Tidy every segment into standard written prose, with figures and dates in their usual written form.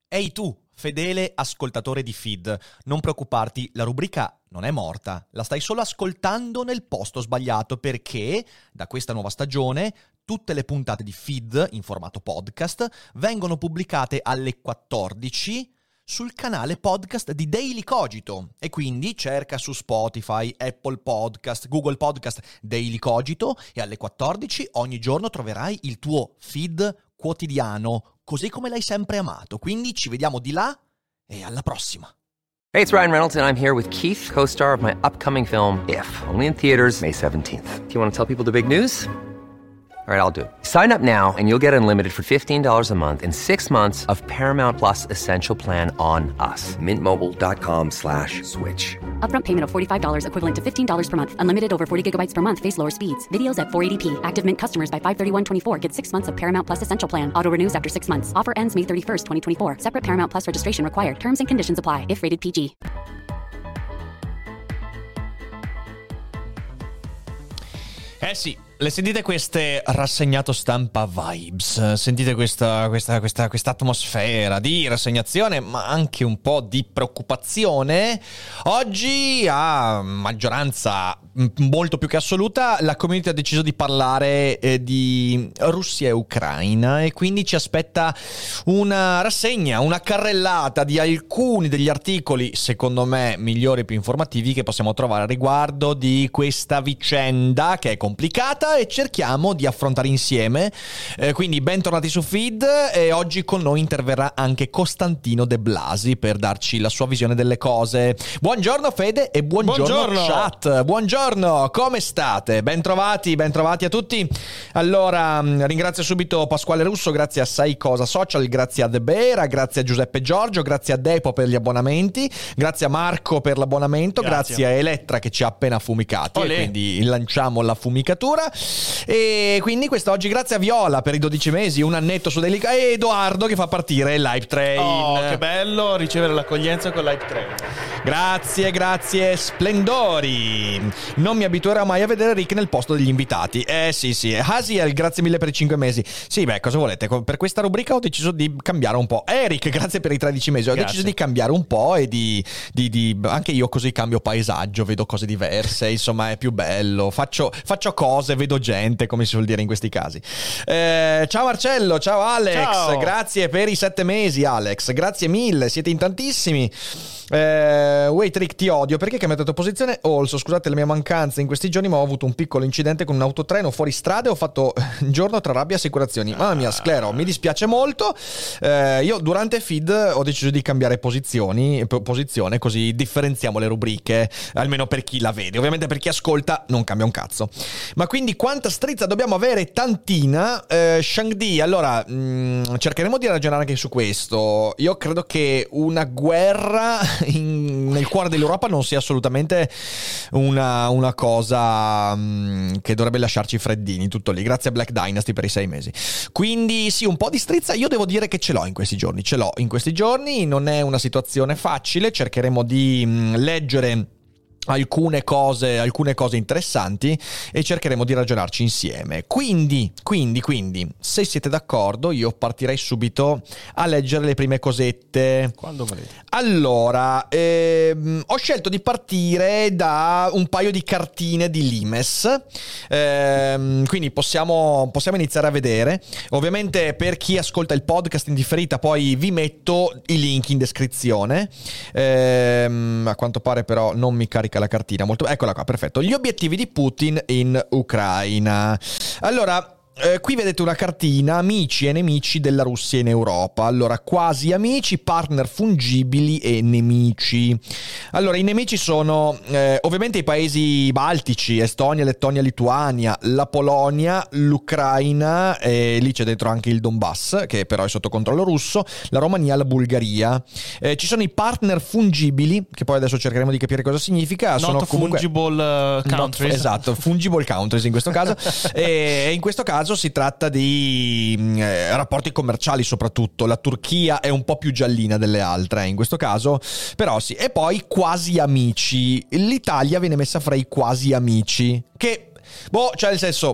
Ehi tu, fedele ascoltatore di Feed, non preoccuparti, la rubrica non è morta, la stai solo ascoltando nel posto sbagliato perché da questa nuova stagione tutte le puntate di Feed in formato podcast vengono pubblicate alle 14 sul canale podcast di Daily Cogito e quindi cerca su Spotify, Apple Podcast, Google Podcast Daily Cogito e alle 14 ogni giorno troverai il tuo feed quotidiano, così come l'hai sempre amato. Quindi ci vediamo di là e alla prossima. Hey, it's Ryan Reynolds and I'm here with Keith, co-star of my upcoming film, If, only in theaters May 17th. Do you want to tell people the big news? All right, I'll do it. Sign up now and you'll get unlimited for $15 a month and 6 months of Paramount Plus Essential Plan on us. MintMobile.com/switch. Upfront payment of $45 equivalent to $15 per month. Unlimited over 40 gigabytes per month. Face lower speeds. Videos at 480p. Active Mint customers by 531.24 get 6 months of Paramount Plus Essential Plan. Auto renews after 6 months. Offer ends May 31st, 2024. Separate Paramount Plus registration required. Terms and conditions apply if rated PG. Sì, le sentite queste rassegnato stampa vibes? Sentite questa atmosfera di rassegnazione, ma anche un po' di preoccupazione? Oggi, a maggioranza molto più che assoluta, la community ha deciso di parlare di Russia e Ucraina e quindi ci aspetta una rassegna, una carrellata di alcuni degli articoli, secondo me, migliori e più informativi che possiamo trovare a riguardo di questa vicenda che è complicata e cerchiamo di affrontare insieme. Quindi bentornati su Feed e oggi con noi interverrà anche Costantino De Blasi per darci la sua visione delle cose. Buongiorno Fede e buongiorno chat. Buongiorno, come state? Bentrovati a tutti. Allora, ringrazio subito Pasquale Russo, grazie a Sai Cosa Social, grazie a De Bera, grazie a Giuseppe Giorgio, grazie a Depo per gli abbonamenti, grazie a Marco per l'abbonamento, grazie a Elettra che ci ha appena affumicati e quindi lanciamo la fumicatura. E quindi quest'oggi grazie a Viola per i 12 mesi, un annetto su Delica e Edoardo che fa partire l'Hype Train. Oh, che bello ricevere l'accoglienza con l'Hype Train. Grazie splendori. Non mi abituerò mai a vedere Rick nel posto degli invitati. Sì. Hasiel, grazie mille per i 5 mesi. Sì, beh, cosa volete? Per questa rubrica ho deciso di cambiare un po'. Eric, grazie per i 13 mesi. Ho deciso di cambiare un po' e di anche io così cambio paesaggio, vedo cose diverse, insomma è più bello. Faccio cose, vedo gente, come si suol dire in questi casi. Ciao Marcello, ciao Alex. Ciao. Grazie per i 7 mesi Alex, grazie mille, siete in tantissimi. Wait Rick, ti odio perché hai cambiato posizione. Also, scusate la mia mancanza in questi giorni, ma ho avuto un piccolo incidente con un autotreno fuori strada e ho fatto un giorno tra rabbia e assicurazioni. Mamma mia, sclero, mi dispiace molto. Io durante Feed ho deciso di cambiare posizione, così differenziamo le rubriche, almeno per chi la vede. Ovviamente per chi ascolta non cambia un cazzo. Ma quindi quanta strizza dobbiamo avere? Tantina. Shangdi, allora cercheremo di ragionare anche su questo. Io credo che una guerra nel cuore dell'Europa non sia assolutamente una cosa che dovrebbe lasciarci freddini, tutto lì. Grazie a Black Dynasty per i 6 mesi. Quindi sì, un po' di strizza io devo dire che ce l'ho in questi giorni, non è una situazione facile, cercheremo di leggere alcune cose interessanti e cercheremo di ragionarci insieme. Quindi, se siete d'accordo, io partirei subito a leggere le prime cosette. Quando volete. Allora, ho scelto di partire da un paio di cartine di Limes, quindi possiamo iniziare a vedere. Ovviamente per chi ascolta il podcast in differita poi vi metto i link in descrizione. A quanto pare però non mi carica la cartina molto. Eccola qua, perfetto. Gli obiettivi di Putin in Ucraina. Allora, qui vedete una cartina, amici e nemici della Russia in Europa. Allora, quasi amici, partner fungibili e nemici. Allora, i nemici sono ovviamente i paesi baltici, Estonia, Lettonia, Lituania, la Polonia, l'Ucraina, e lì c'è dentro anche il Donbass, che però è sotto controllo russo, la Romania, la Bulgaria. Ci sono i partner fungibili, che poi adesso cercheremo di capire cosa significa. Not sono comunque fungible countries. Esatto, fungible countries in questo caso. E in questo caso si tratta di rapporti commerciali soprattutto. La Turchia è un po' più giallina delle altre in questo caso, però sì. E poi quasi amici. L'Italia viene messa fra i quasi amici, che cioè nel senso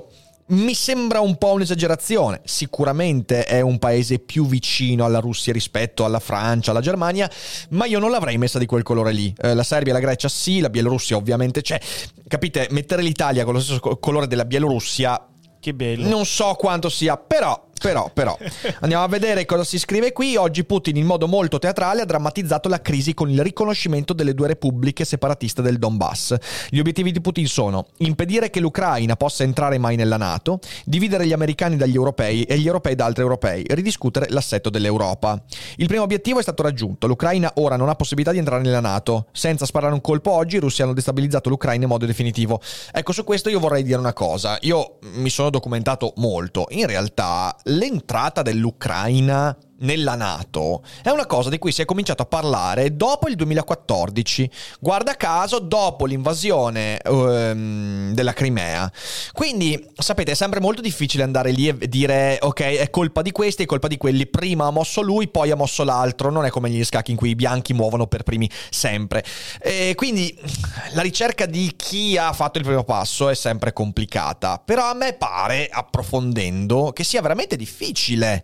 Mi sembra un po' un'esagerazione. Sicuramente è un paese più vicino alla Russia rispetto alla Francia, alla Germania, ma io non l'avrei messa di quel colore lì. La Serbia e la Grecia sì, la Bielorussia ovviamente c'è. Capite? Mettere l'Italia con lo stesso colore della Bielorussia, che bello. non so quanto sia, però andiamo a vedere cosa si scrive qui. Oggi Putin in modo molto teatrale ha drammatizzato la crisi con il riconoscimento delle due repubbliche separatiste del Donbass. Gli obiettivi di Putin sono impedire che l'Ucraina possa entrare mai nella NATO, dividere gli americani dagli europei e gli europei da altri europei, ridiscutere l'assetto dell'Europa. Il primo obiettivo è stato raggiunto. L'Ucraina ora non ha possibilità di entrare nella NATO. Senza sparare un colpo oggi i russi hanno destabilizzato l'Ucraina in modo definitivo. Ecco, su questo io vorrei dire una cosa. Io mi sono documentato molto. In realtà l'entrata dell'Ucraina nella NATO è una cosa di cui si è cominciato a parlare dopo il 2014, guarda caso dopo l'invasione della Crimea. Quindi sapete, è sempre molto difficile andare lì e dire ok, è colpa di questi, è colpa di quelli, prima ha mosso lui, poi ha mosso l'altro. Non è come negli scacchi in cui i bianchi muovono per primi sempre, e quindi la ricerca di chi ha fatto il primo passo è sempre complicata. Però a me pare, approfondendo, che sia veramente difficile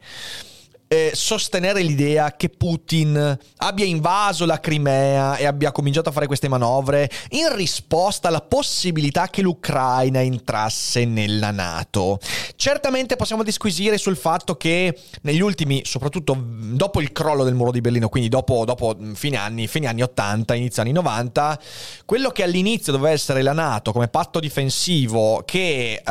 sostenere l'idea che Putin abbia invaso la Crimea e abbia cominciato a fare queste manovre in risposta alla possibilità che l'Ucraina entrasse nella NATO. Certamente possiamo disquisire sul fatto che negli ultimi, soprattutto dopo il crollo del muro di Berlino, quindi dopo fine anni 80, inizio anni 90, quello che all'inizio doveva essere la NATO come patto difensivo che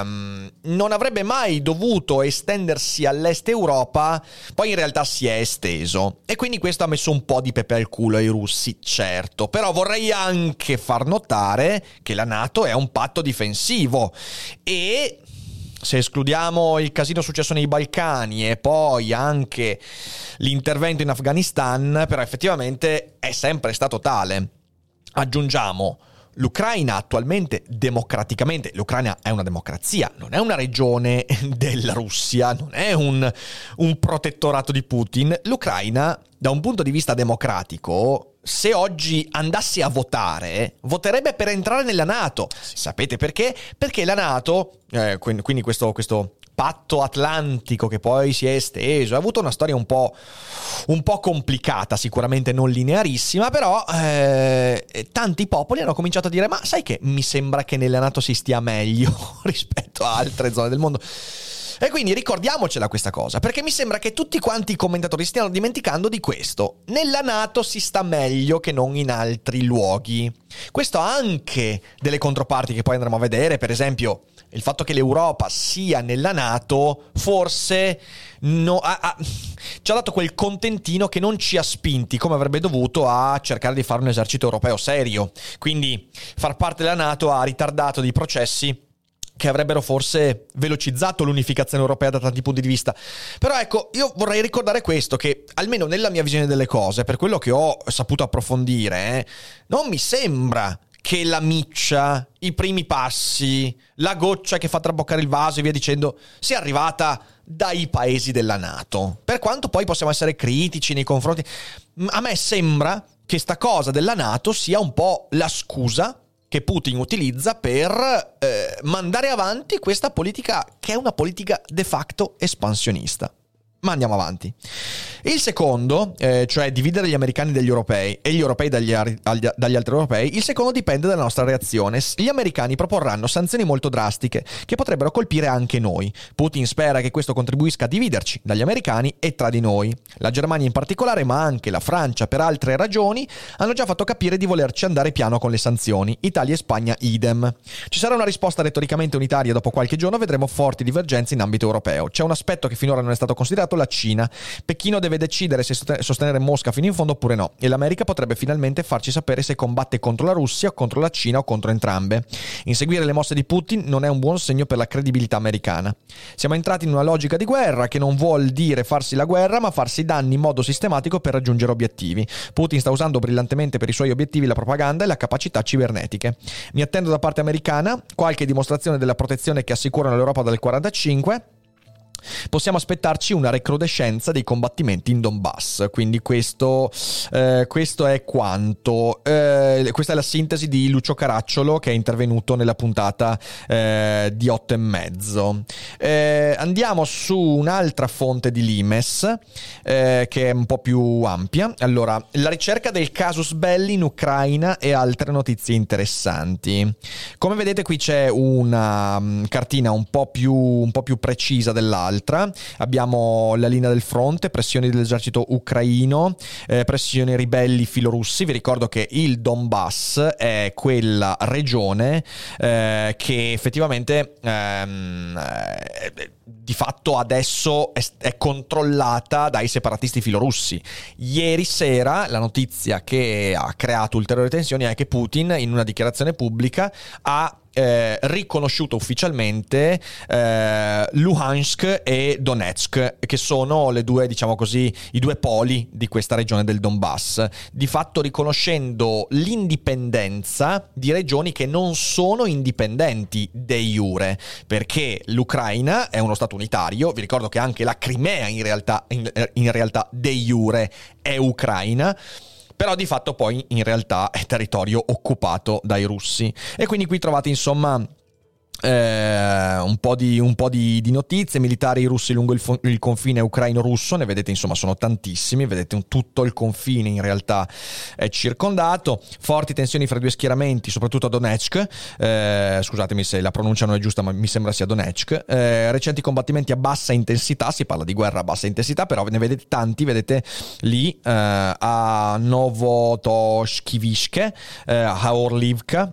non avrebbe mai dovuto estendersi all'est Europa, poi in realtà si è esteso, e quindi questo ha messo un po' di pepe al culo ai russi, certo. Però vorrei anche far notare che la NATO è un patto difensivo, e se escludiamo il casino successo nei Balcani e poi anche l'intervento in Afghanistan, però effettivamente è sempre stato tale. Aggiungiamo l'Ucraina attualmente democraticamente, l'Ucraina è una democrazia, non è una regione della Russia, non è un protettorato di Putin. L'Ucraina, da un punto di vista democratico, se oggi andasse a votare, voterebbe per entrare nella NATO. Sapete perché? Perché la NATO, quindi questo patto atlantico che poi si è esteso, ha avuto una storia un po' complicata, sicuramente non linearissima, però tanti popoli hanno cominciato a dire: ma sai che mi sembra che nella NATO si stia meglio rispetto a altre zone del mondo. E quindi ricordiamocela questa cosa, perché mi sembra che tutti quanti i commentatori stiano dimenticando di questo. Nella NATO si sta meglio che non in altri luoghi. Questo ha anche delle controparti che poi andremo a vedere. Per esempio, il fatto che l'Europa sia nella NATO forse ci ha dato quel contentino che non ci ha spinti come avrebbe dovuto a cercare di fare un esercito europeo serio. Quindi far parte della NATO ha ritardato dei processi che avrebbero forse velocizzato l'unificazione europea da tanti punti di vista. Però ecco, io vorrei ricordare questo, che almeno nella mia visione delle cose, per quello che ho saputo approfondire, non mi sembra che la miccia, i primi passi, la goccia che fa traboccare il vaso e via dicendo sia arrivata dai paesi della NATO. Per quanto poi possiamo essere critici nei confronti, a me sembra che sta cosa della NATO sia un po' la scusa che Putin utilizza per mandare avanti questa politica, che è una politica de facto espansionista. Ma andiamo avanti. Il secondo, cioè dividere gli americani dagli europei e gli europei dagli altri europei, il secondo dipende dalla nostra reazione. Gli americani proporranno sanzioni molto drastiche che potrebbero colpire anche noi. Putin spera che questo contribuisca a dividerci dagli americani e tra di noi. La Germania in particolare, ma anche la Francia per altre ragioni, hanno già fatto capire di volerci andare piano con le sanzioni. Italia e Spagna idem. Ci sarà una risposta retoricamente unitaria dopo qualche giorno, vedremo forti divergenze in ambito europeo. C'è un aspetto che finora non è stato considerato: la Cina. Pechino deve decidere se sostenere Mosca fino in fondo oppure no, e l'America potrebbe finalmente farci sapere se combatte contro la Russia, contro la Cina o contro entrambe. Inseguire le mosse di Putin non è un buon segno per la credibilità americana. Siamo entrati in una logica di guerra che non vuol dire farsi la guerra, ma farsi danni in modo sistematico per raggiungere obiettivi. Putin sta usando brillantemente per i suoi obiettivi la propaganda e la capacità cibernetiche. Mi attendo da parte americana qualche dimostrazione della protezione che assicurano l'Europa dal 45. possiamo aspettarci una recrudescenza dei combattimenti in Donbass. Quindi questo è quanto. Questa è la sintesi di Lucio Caracciolo, che è intervenuto nella puntata di 8:30. Andiamo su un'altra fonte di Limes, che è un po' più ampia. Allora, la ricerca del casus belli in Ucraina e altre notizie interessanti. Come vedete qui c'è una cartina un po' più precisa dell'altra. Abbiamo la linea del fronte, pressioni dell'esercito ucraino, pressioni ribelli filorussi. Vi ricordo che il Donbass è quella regione che effettivamente di fatto adesso è controllata dai separatisti filorussi. Ieri sera la notizia che ha creato ulteriori tensioni è che Putin, in una dichiarazione pubblica, ha riconosciuto ufficialmente Luhansk e Donetsk, che sono le due, diciamo così, i due poli di questa regione del Donbass, di fatto riconoscendo l'indipendenza di regioni che non sono indipendenti de iure, perché l'Ucraina è uno stato unitario. Vi ricordo che anche la Crimea in realtà de iure è ucraina, però di fatto poi in realtà è territorio occupato dai russi. E quindi qui trovate insomma un po' di notizie. Militari russi lungo il confine ucraino-russo, ne vedete insomma, sono tantissimi. Vedete tutto il confine in realtà è circondato. Forti tensioni fra i due schieramenti, soprattutto a Donetsk. Scusatemi se la pronuncia non è giusta, ma mi sembra sia Donetsk. Recenti combattimenti a bassa intensità, si parla di guerra a bassa intensità, però ne vedete tanti. Vedete lì a Novotoshkivske, a Orlivka,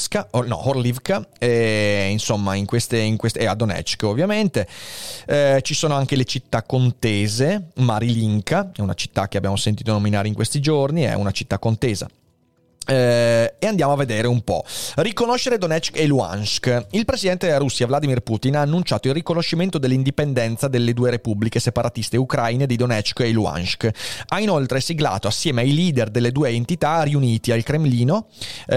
insomma in queste e a Donetsk ovviamente. Ci sono anche le città contese. Marilinka è una città che abbiamo sentito nominare in questi giorni, è una città contesa. E andiamo a vedere un po'. Riconoscere Donetsk e Luhansk. Il presidente della Russia Vladimir Putin ha annunciato il riconoscimento dell'indipendenza delle due repubbliche separatiste ucraine di Donetsk e Luhansk. Ha inoltre siglato assieme ai leader delle due entità riuniti al Cremlino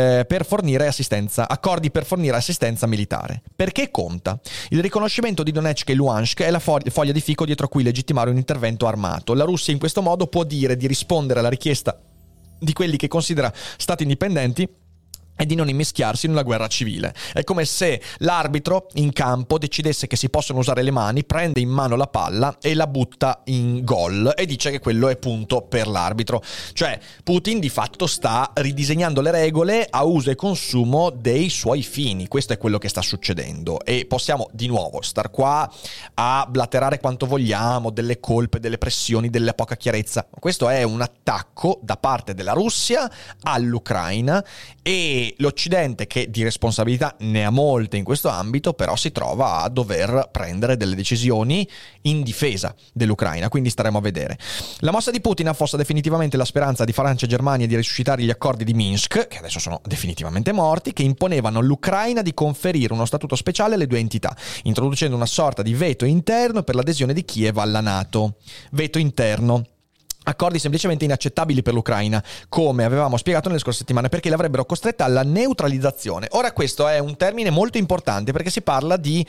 accordi per fornire assistenza militare. Perché conta? Il riconoscimento di Donetsk e Luhansk è la foglia di fico dietro cui legittimare un intervento armato. La Russia in questo modo può dire di rispondere alla richiesta di quelli che considera stati indipendenti e di non immischiarsi in una guerra civile. È come se l'arbitro in campo decidesse che si possono usare le mani, prende in mano la palla e la butta in gol e dice che quello è punto per l'arbitro. Cioè Putin di fatto sta ridisegnando le regole a uso e consumo dei suoi fini. Questo è quello che sta succedendo, e possiamo di nuovo star qua a blaterare quanto vogliamo delle colpe, delle pressioni, della poca chiarezza. Questo è un attacco da parte della Russia all'Ucraina, e l'Occidente, che di responsabilità ne ha molte in questo ambito, però si trova a dover prendere delle decisioni in difesa dell'Ucraina, quindi staremo a vedere. La mossa di Putin affossa definitivamente la speranza di Francia e Germania di risuscitare gli accordi di Minsk, che adesso sono definitivamente morti, che imponevano all'Ucraina di conferire uno statuto speciale alle due entità, introducendo una sorta di veto interno per l'adesione di Kiev alla NATO. Veto interno. Accordi semplicemente inaccettabili per l'Ucraina, come avevamo spiegato nelle scorse settimane, perché l'avrebbero costretta alla neutralizzazione. Ora questo è un termine molto importante, perché si parla di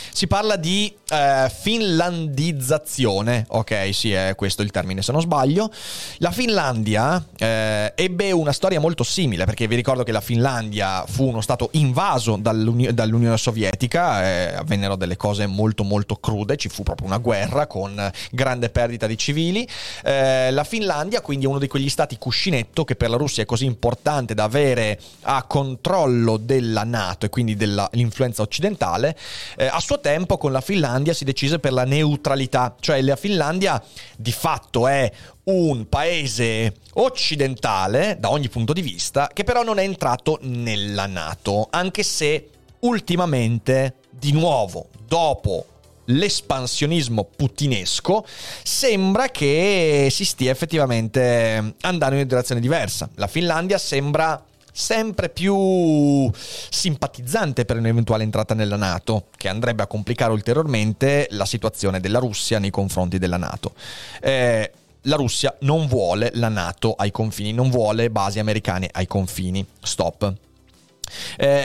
finlandizzazione. Ok, sì, è questo il termine se non sbaglio. La Finlandia ebbe una storia molto simile, perché vi ricordo che la Finlandia fu uno stato invaso dall'Unione Sovietica, avvennero delle cose molto molto crude, ci fu proprio una guerra con grande perdita di civili. La Finlandia quindi è uno di quegli stati cuscinetto che per la Russia è così importante da avere a controllo della NATO e quindi dell'influenza occidentale. A suo tempo con la Finlandia si decise per la neutralità, cioè la Finlandia di fatto è un paese occidentale da ogni punto di vista, che però non è entrato nella NATO, anche se ultimamente, di nuovo, dopo l'espansionismo putinesco, sembra che si stia effettivamente andando in una direzione diversa. La Finlandia sembra sempre più simpatizzante per un'eventuale entrata nella NATO, che andrebbe a complicare ulteriormente la situazione della Russia nei confronti della NATO. La Russia non vuole la NATO ai confini, non vuole basi americane ai confini. Stop.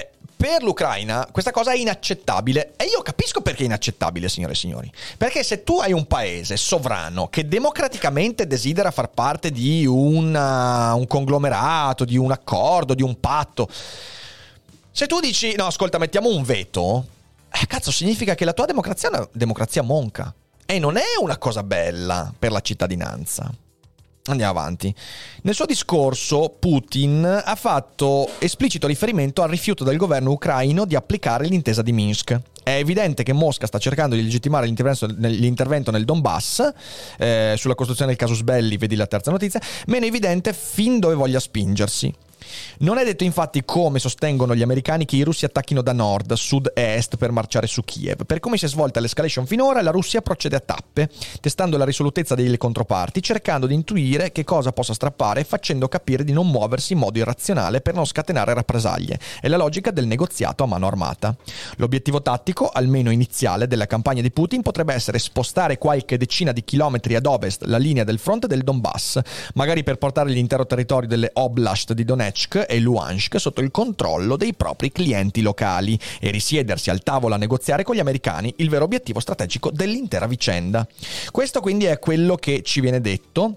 per l'Ucraina questa cosa è inaccettabile, e io capisco perché è inaccettabile, signore e signori, perché se tu hai un paese sovrano che democraticamente desidera far parte di un conglomerato, di un accordo, di un patto, se tu dici no, ascolta, mettiamo un veto, cazzo, significa che la tua democrazia è una democrazia monca e non è una cosa bella per la cittadinanza. Andiamo avanti. Nel suo discorso Putin ha fatto esplicito riferimento al rifiuto del governo ucraino di applicare l'intesa di Minsk. È evidente che Mosca sta cercando di legittimare l'intervento nel Donbass, sulla costruzione del casus belli, vedi la terza notizia, meno evidente fin dove voglia spingersi. Non è detto infatti, come sostengono gli americani, che i russi attacchino da nord, sud e est per marciare su Kiev. Per come si è svolta l'escalation finora, la Russia procede a tappe, testando la risolutezza delle controparti, cercando di intuire che cosa possa strappare e facendo capire di non muoversi in modo irrazionale per non scatenare rappresaglie. È la logica del negoziato a mano armata. L'obiettivo tattico, almeno iniziale, della campagna di Putin potrebbe essere spostare qualche decina di chilometri ad ovest la linea del fronte del Donbass, magari per portare l'intero territorio delle Oblast di Donetsk e Luhansk sotto il controllo dei propri clienti locali e risiedersi al tavolo a negoziare con gli americani, il vero obiettivo strategico dell'intera vicenda. Questo quindi è quello che ci viene detto.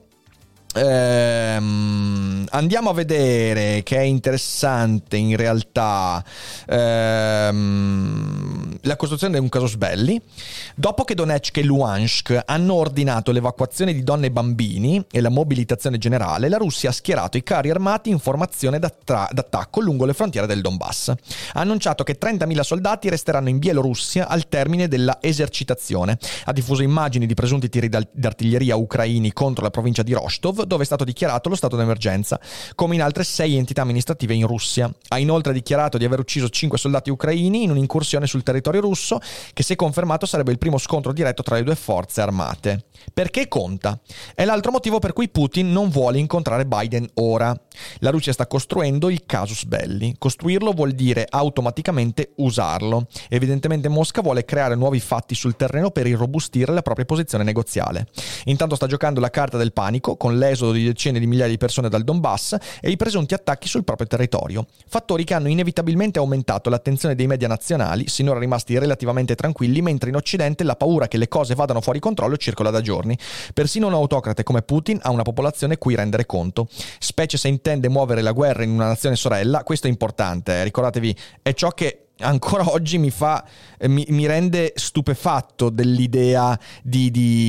Andiamo a vedere, che è interessante in realtà, la costruzione di un casus belli. Dopo che Donetsk e Luhansk hanno ordinato l'evacuazione di donne e bambini e la mobilitazione generale, la Russia ha schierato i carri armati in formazione d'attacco lungo le frontiere del Donbass. Ha annunciato che 30.000 soldati resteranno in Bielorussia al termine della esercitazione. Ha diffuso immagini di presunti tiri d'artiglieria ucraini contro la provincia di Rostov, dove è stato dichiarato lo stato d'emergenza, come in altre 6 entità amministrative in Russia. Ha inoltre dichiarato di aver ucciso 5 soldati ucraini in un'incursione sul territorio russo, che se confermato sarebbe il primo scontro diretto tra le due forze armate. Perché conta? È l'altro motivo per cui Putin non vuole incontrare Biden ora. La Russia sta costruendo il casus belli. Costruirlo vuol dire automaticamente usarlo. Evidentemente Mosca vuole creare nuovi fatti sul terreno per irrobustire la propria posizione negoziale. Intanto sta giocando la carta del panico, con l'esodo di decine di migliaia di persone dal Donbass e i presunti attacchi sul proprio territorio. Fattori che hanno inevitabilmente aumentato l'attenzione dei media nazionali, sinora rimasti relativamente tranquilli, mentre in Occidente la paura che le cose vadano fuori controllo circola da giorni. Persino un autocrate come Putin ha una popolazione cui rendere conto, specie se intende muovere la guerra in una nazione sorella. Questo è importante, ricordatevi, è ciò che ancora oggi mi rende stupefatto dell'idea di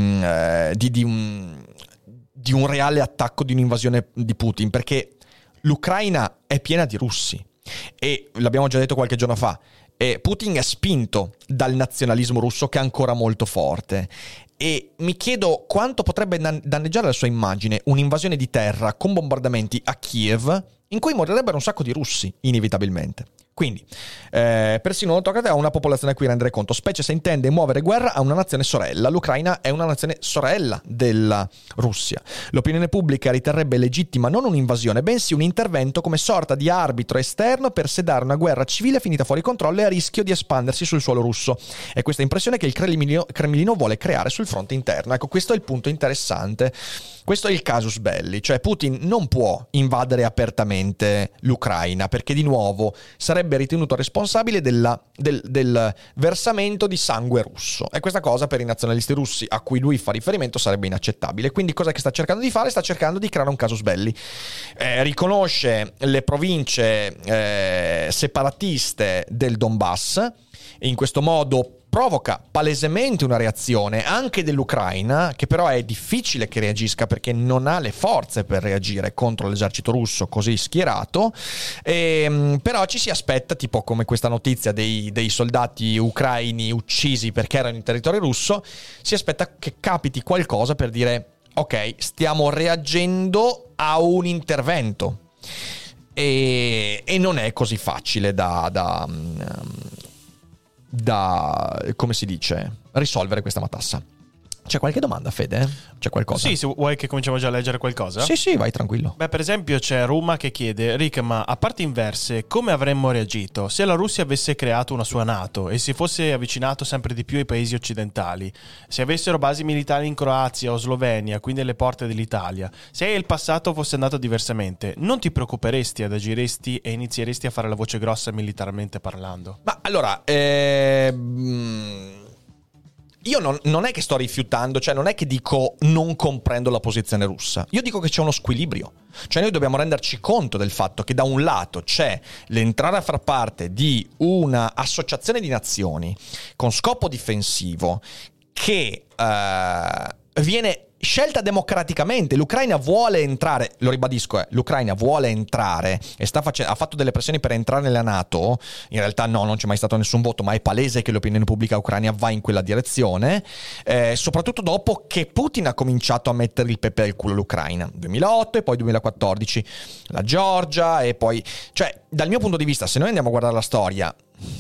un reale attacco, di un'invasione di Putin, perché l'Ucraina è piena di russi e l'abbiamo già detto qualche giorno fa, e Putin è spinto dal nazionalismo russo, che è ancora molto forte, e mi chiedo quanto potrebbe danneggiare la sua immagine un'invasione di terra con bombardamenti a Kiev, in cui morirebbero un sacco di russi inevitabilmente. Quindi, persino l'autocrate ha una popolazione a cui rendere conto, specie se intende muovere guerra a una nazione sorella. L'Ucraina è una nazione sorella della Russia. L'opinione pubblica riterrebbe legittima non un'invasione, bensì un intervento come sorta di arbitro esterno per sedare una guerra civile finita fuori controllo e a rischio di espandersi sul suolo russo. È questa impressione che il Cremlino vuole creare sul fronte interno. Ecco, questo è il punto interessante. Questo è il casus belli, cioè Putin non può invadere apertamente l'Ucraina, perché di nuovo sarebbe ritenuto responsabile del versamento di sangue russo, e questa cosa per i nazionalisti russi a cui lui fa riferimento sarebbe inaccettabile. Quindi cosa che sta cercando di fare? Sta cercando di creare un casus belli. Riconosce le province separatiste del Donbass, e in questo modo provoca palesemente una reazione anche dell'Ucraina, che però è difficile che reagisca perché non ha le forze per reagire contro l'esercito russo così schierato. Però ci si aspetta, tipo come questa notizia dei soldati ucraini uccisi perché erano in territorio russo, si aspetta che capiti qualcosa per dire ok, stiamo reagendo a un intervento, e non è così facile da come si dice, risolvere questa matassa. C'è qualche domanda, Fede? C'è qualcosa? Sì, se vuoi che cominciamo già a leggere qualcosa? Sì, vai tranquillo. Beh, per esempio c'è Ruma che chiede: Rick, ma a parti inverse, come avremmo reagito se la Russia avesse creato una sua NATO e si fosse avvicinato sempre di più ai paesi occidentali? Se avessero basi militari in Croazia o Slovenia, quindi alle porte dell'Italia, se il passato fosse andato diversamente, non ti preoccuperesti, agiresti e inizieresti a fare la voce grossa militarmente parlando? Ma allora, io non è che sto rifiutando, cioè non è che dico non comprendo la posizione russa. Io dico che c'è uno squilibrio. Cioè noi dobbiamo renderci conto del fatto che da un lato c'è l'entrare a far parte di una associazione di nazioni con scopo difensivo che viene scelta democraticamente. L'Ucraina vuole entrare, lo ribadisco, l'Ucraina vuole entrare e ha fatto delle pressioni per entrare nella NATO. In realtà no, non c'è mai stato nessun voto, ma è palese che l'opinione pubblica ucraina va in quella direzione, soprattutto dopo che Putin ha cominciato a mettere il pepe al culo all'Ucraina. 2008 e poi 2014 la Georgia e poi... Cioè, dal mio punto di vista, se noi andiamo a guardare la storia,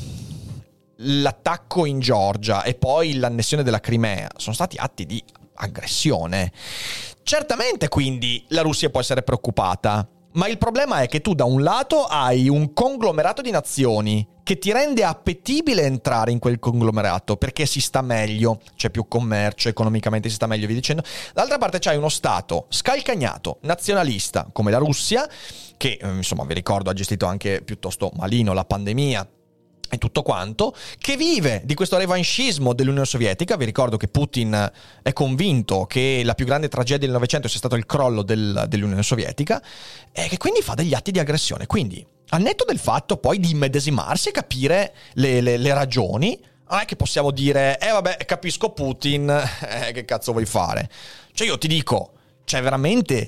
l'attacco in Georgia e poi l'annessione della Crimea sono stati atti di aggressione. Certamente quindi la Russia può essere preoccupata, ma il problema è che tu da un lato hai un conglomerato di nazioni che ti rende appetibile entrare in quel conglomerato perché si sta meglio, c'è più commercio, economicamente si sta meglio, via dicendo. Dall'altra parte c'hai uno stato scalcagnato, nazionalista come la Russia, che insomma vi ricordo ha gestito anche piuttosto malino la pandemia e tutto quanto, che vive di questo revanchismo dell'Unione Sovietica. Vi ricordo che Putin è convinto che la più grande tragedia del Novecento sia stato il crollo dell'Unione Sovietica e che quindi fa degli atti di aggressione. Quindi, al netto del fatto poi di immedesimarsi e capire le ragioni, non è che possiamo dire vabbè, capisco Putin, che cazzo vuoi fare? Cioè io ti dico, c'è veramente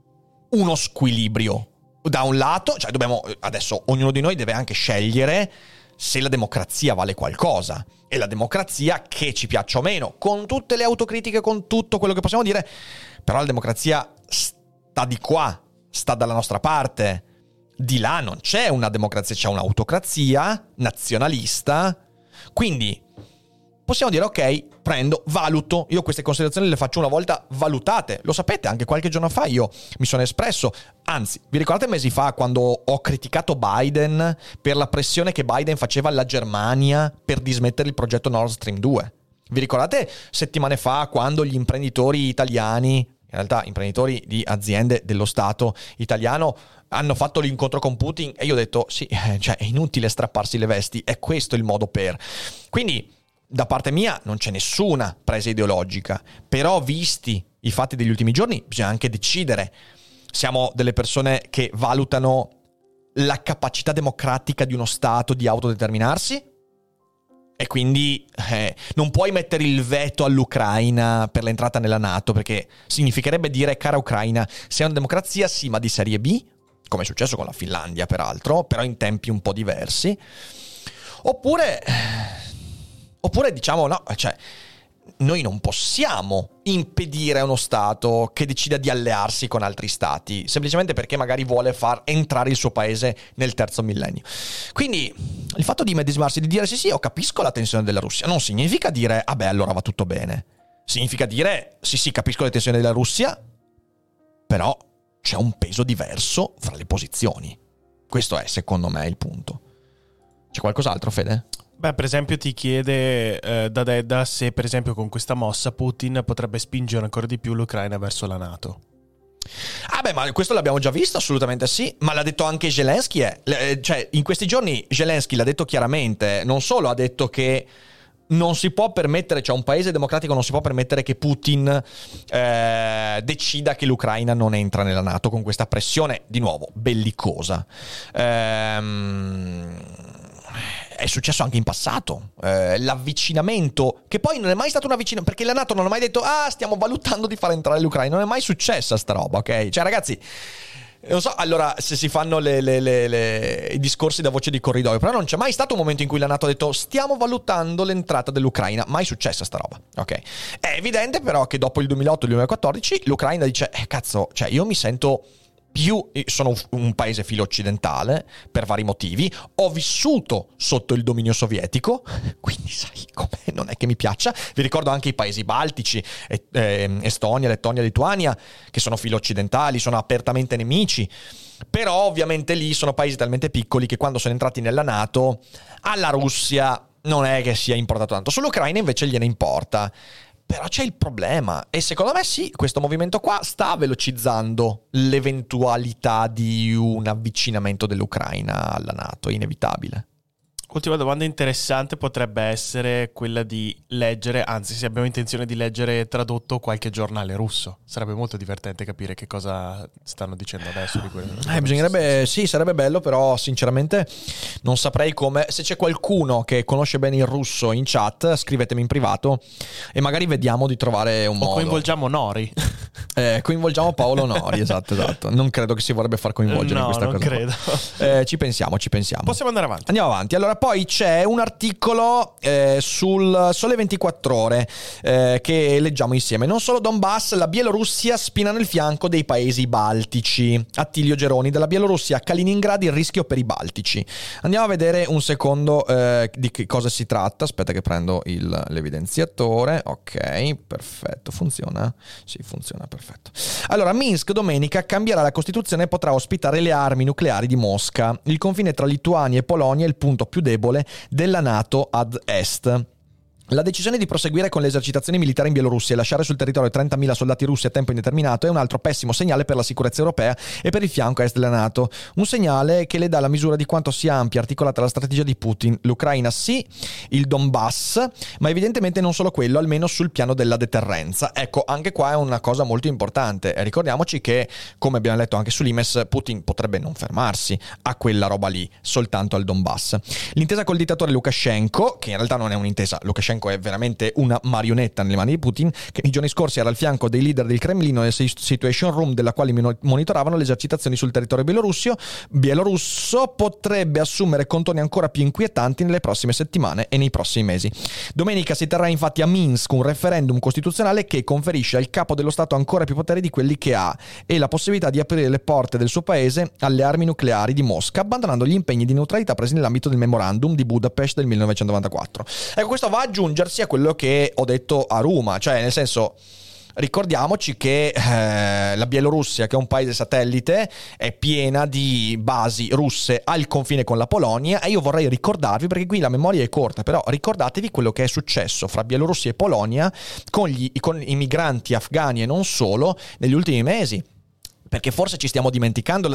uno squilibrio. Da un lato, cioè dobbiamo, adesso ognuno di noi deve anche scegliere se la democrazia vale qualcosa, e la democrazia, che ci piaccia o meno, con tutte le autocritiche, con tutto quello che possiamo dire, però la democrazia sta di qua, sta dalla nostra parte. Di là non c'è una democrazia, c'è un'autocrazia nazionalista. Quindi possiamo dire ok, valuto. Io queste considerazioni le faccio una volta valutate. Lo sapete, anche qualche giorno fa io mi sono espresso. Anzi, vi ricordate mesi fa quando ho criticato Biden per la pressione che Biden faceva alla Germania per dismettere il progetto Nord Stream 2? Vi ricordate settimane fa quando gli imprenditori italiani, in realtà imprenditori di aziende dello Stato italiano, hanno fatto l'incontro con Putin e io ho detto sì, cioè è inutile strapparsi le vesti, è questo il modo per. Quindi da parte mia non c'è nessuna presa ideologica, però visti i fatti degli ultimi giorni bisogna anche decidere. Siamo delle persone che valutano la capacità democratica di uno Stato di autodeterminarsi e quindi non puoi mettere il veto all'Ucraina per l'entrata nella NATO, perché significherebbe dire: cara Ucraina, sei una democrazia sì, ma di serie B, come è successo con la Finlandia peraltro, però in tempi un po' diversi. Oppure diciamo no, cioè noi non possiamo impedire a uno Stato che decida di allearsi con altri Stati, semplicemente perché magari vuole far entrare il suo paese nel terzo millennio. Quindi il fatto di medesimarsi, di dire sì, io capisco la tensione della Russia, non significa dire allora va tutto bene. Significa dire sì, capisco le tensioni della Russia, però c'è un peso diverso fra le posizioni. Questo è, secondo me, il punto. C'è qualcos'altro, Fede? Beh, per esempio ti chiede Dadedda se per esempio con questa mossa Putin potrebbe spingere ancora di più l'Ucraina verso la NATO. Ma questo l'abbiamo già visto, assolutamente sì, ma l'ha detto anche Zelensky, cioè in questi giorni Zelensky l'ha detto chiaramente, non solo ha detto che non si può permettere, cioè un paese democratico non si può permettere che Putin decida che l'Ucraina non entra nella NATO con questa pressione, di nuovo, bellicosa. È successo anche in passato, l'avvicinamento, che poi non è mai stato un avvicinamento, perché la NATO non ha mai detto stiamo valutando di far entrare l'Ucraina, non è mai successa sta roba, ok? Cioè ragazzi, non so allora se si fanno i discorsi da voce di corridoio, però non c'è mai stato un momento in cui la NATO ha detto stiamo valutando l'entrata dell'Ucraina, mai successa sta roba, ok? È evidente però che dopo il 2008 e il 2014 l'Ucraina dice cazzo, cioè io mi sento sono un paese filo occidentale per vari motivi, ho vissuto sotto il dominio sovietico, quindi sai come non è che mi piaccia. Vi ricordo anche i paesi baltici, Estonia, Lettonia, Lituania, che sono filo occidentali, sono apertamente nemici, però ovviamente lì sono paesi talmente piccoli che quando sono entrati nella NATO alla Russia non è che sia importato tanto. Sull'Ucraina invece gliene importa. Però c'è il problema, e secondo me sì, questo movimento qua sta velocizzando l'eventualità di un avvicinamento dell'Ucraina alla NATO, è inevitabile. Ultima domanda interessante potrebbe essere quella di leggere, anzi se abbiamo intenzione di leggere tradotto qualche giornale russo. Sarebbe molto divertente capire che cosa stanno dicendo adesso di quello. Bisognerebbe, sì, sarebbe bello, però sinceramente non saprei come. Se c'è qualcuno che conosce bene il russo in chat, scrivetemi in privato e magari vediamo di trovare un modo. O coinvolgiamo Nori. Coinvolgiamo Paolo Nori, esatto. Non credo che si vorrebbe far coinvolgere in questa cosa. No, non credo. Ci pensiamo. Possiamo andare avanti. Andiamo avanti. Allora, poi c'è un articolo sul Sole 24 Ore che leggiamo insieme. Non solo Donbass, la Bielorussia spina nel fianco dei paesi baltici. Attilio Geroni, dalla Bielorussia a Kaliningrad il rischio per i baltici. Andiamo a vedere un secondo di che cosa si tratta. Aspetta che prendo l'evidenziatore. Ok, perfetto. Funziona? Sì, funziona, perfetto. Allora, Minsk domenica cambierà la Costituzione e potrà ospitare le armi nucleari di Mosca. Il confine tra Lituania e Polonia è il punto più debole della NATO ad est. La decisione di proseguire con le esercitazioni militari in Bielorussia e lasciare sul territorio 30.000 soldati russi a tempo indeterminato è un altro pessimo segnale per la sicurezza europea e per il fianco est della NATO. Un segnale che le dà la misura di quanto sia ampia e articolata la strategia di Putin. L'Ucraina sì, il Donbass, ma evidentemente non solo quello, almeno sul piano della deterrenza. Ecco, anche qua è una cosa molto importante. Ricordiamoci che, come abbiamo letto anche sull'Imes, Putin potrebbe non fermarsi a quella roba lì, soltanto al Donbass. L'intesa col dittatore Lukashenko, che in realtà non è un'intesa, Lukashenko è veramente una marionetta nelle mani di Putin, che nei giorni scorsi era al fianco dei leader del Cremlino nel Situation Room, della quale monitoravano le esercitazioni sul territorio bielorusso, potrebbe assumere contorni ancora più inquietanti nelle prossime settimane e nei prossimi mesi. Domenica si terrà infatti a Minsk un referendum costituzionale che conferisce al capo dello Stato ancora più poteri di quelli che ha e la possibilità di aprire le porte del suo paese alle armi nucleari di Mosca, abbandonando gli impegni di neutralità presi nell'ambito del memorandum di Budapest del 1994. Ecco, questo va aggiungere a quello che ho detto a Roma, cioè nel senso, ricordiamoci che la Bielorussia, che è un paese satellite, è piena di basi russe al confine con la Polonia, e io vorrei ricordarvi, perché qui la memoria è corta, però ricordatevi quello che è successo fra Bielorussia e Polonia con i migranti afghani e non solo negli ultimi mesi. Perché forse ci stiamo dimenticando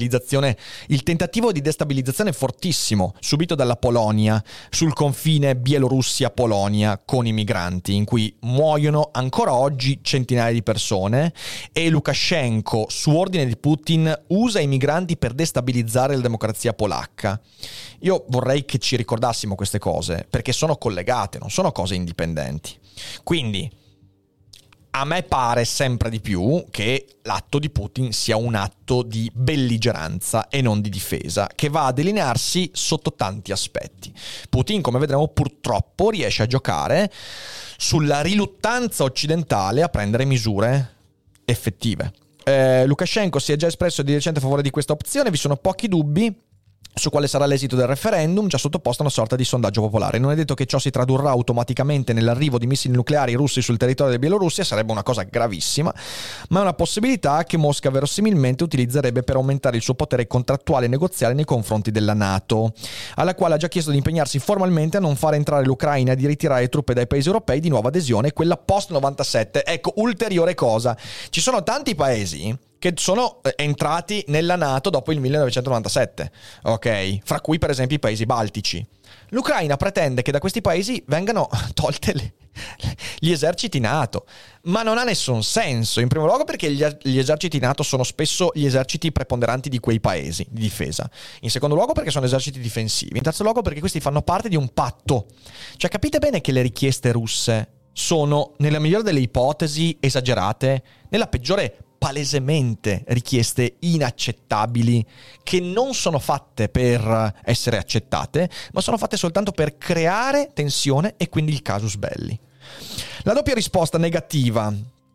il tentativo di destabilizzazione fortissimo subito dalla Polonia sul confine Bielorussia-Polonia con i migranti, in cui muoiono ancora oggi centinaia di persone, e Lukashenko, su ordine di Putin, usa i migranti per destabilizzare la democrazia polacca. Io vorrei che ci ricordassimo queste cose, perché sono collegate, non sono cose indipendenti. Quindi a me pare sempre di più che l'atto di Putin sia un atto di belligeranza e non di difesa, che va a delinearsi sotto tanti aspetti. Putin, come vedremo, purtroppo riesce a giocare sulla riluttanza occidentale a prendere misure effettive. Lukashenko si è già espresso di recente a favore di questa opzione, vi sono pochi dubbi su quale sarà l'esito del referendum, già sottoposto a una sorta di sondaggio popolare. Non è detto che ciò si tradurrà automaticamente nell'arrivo di missili nucleari russi sul territorio della Bielorussia, sarebbe una cosa gravissima, ma è una possibilità che Mosca verosimilmente utilizzerebbe per aumentare il suo potere contrattuale e negoziale nei confronti della NATO, alla quale ha già chiesto di impegnarsi formalmente a non fare entrare l'Ucraina e di ritirare le truppe dai paesi europei di nuova adesione, quella post-97. Ecco, ulteriore cosa, ci sono tanti paesi che sono entrati nella NATO dopo il 1997, ok? Fra cui per esempio i paesi baltici. L'Ucraina pretende che da questi paesi vengano tolte gli eserciti NATO, ma non ha nessun senso. In primo luogo perché gli eserciti NATO sono spesso gli eserciti preponderanti di quei paesi di difesa. In secondo luogo perché sono eserciti difensivi. In terzo luogo perché questi fanno parte di un patto. Cioè, capite bene che le richieste russe sono, nella migliore delle ipotesi, esagerate, nella peggiore palesemente richieste inaccettabili, che non sono fatte per essere accettate, ma sono fatte soltanto per creare tensione e quindi il casus belli. La doppia risposta negativa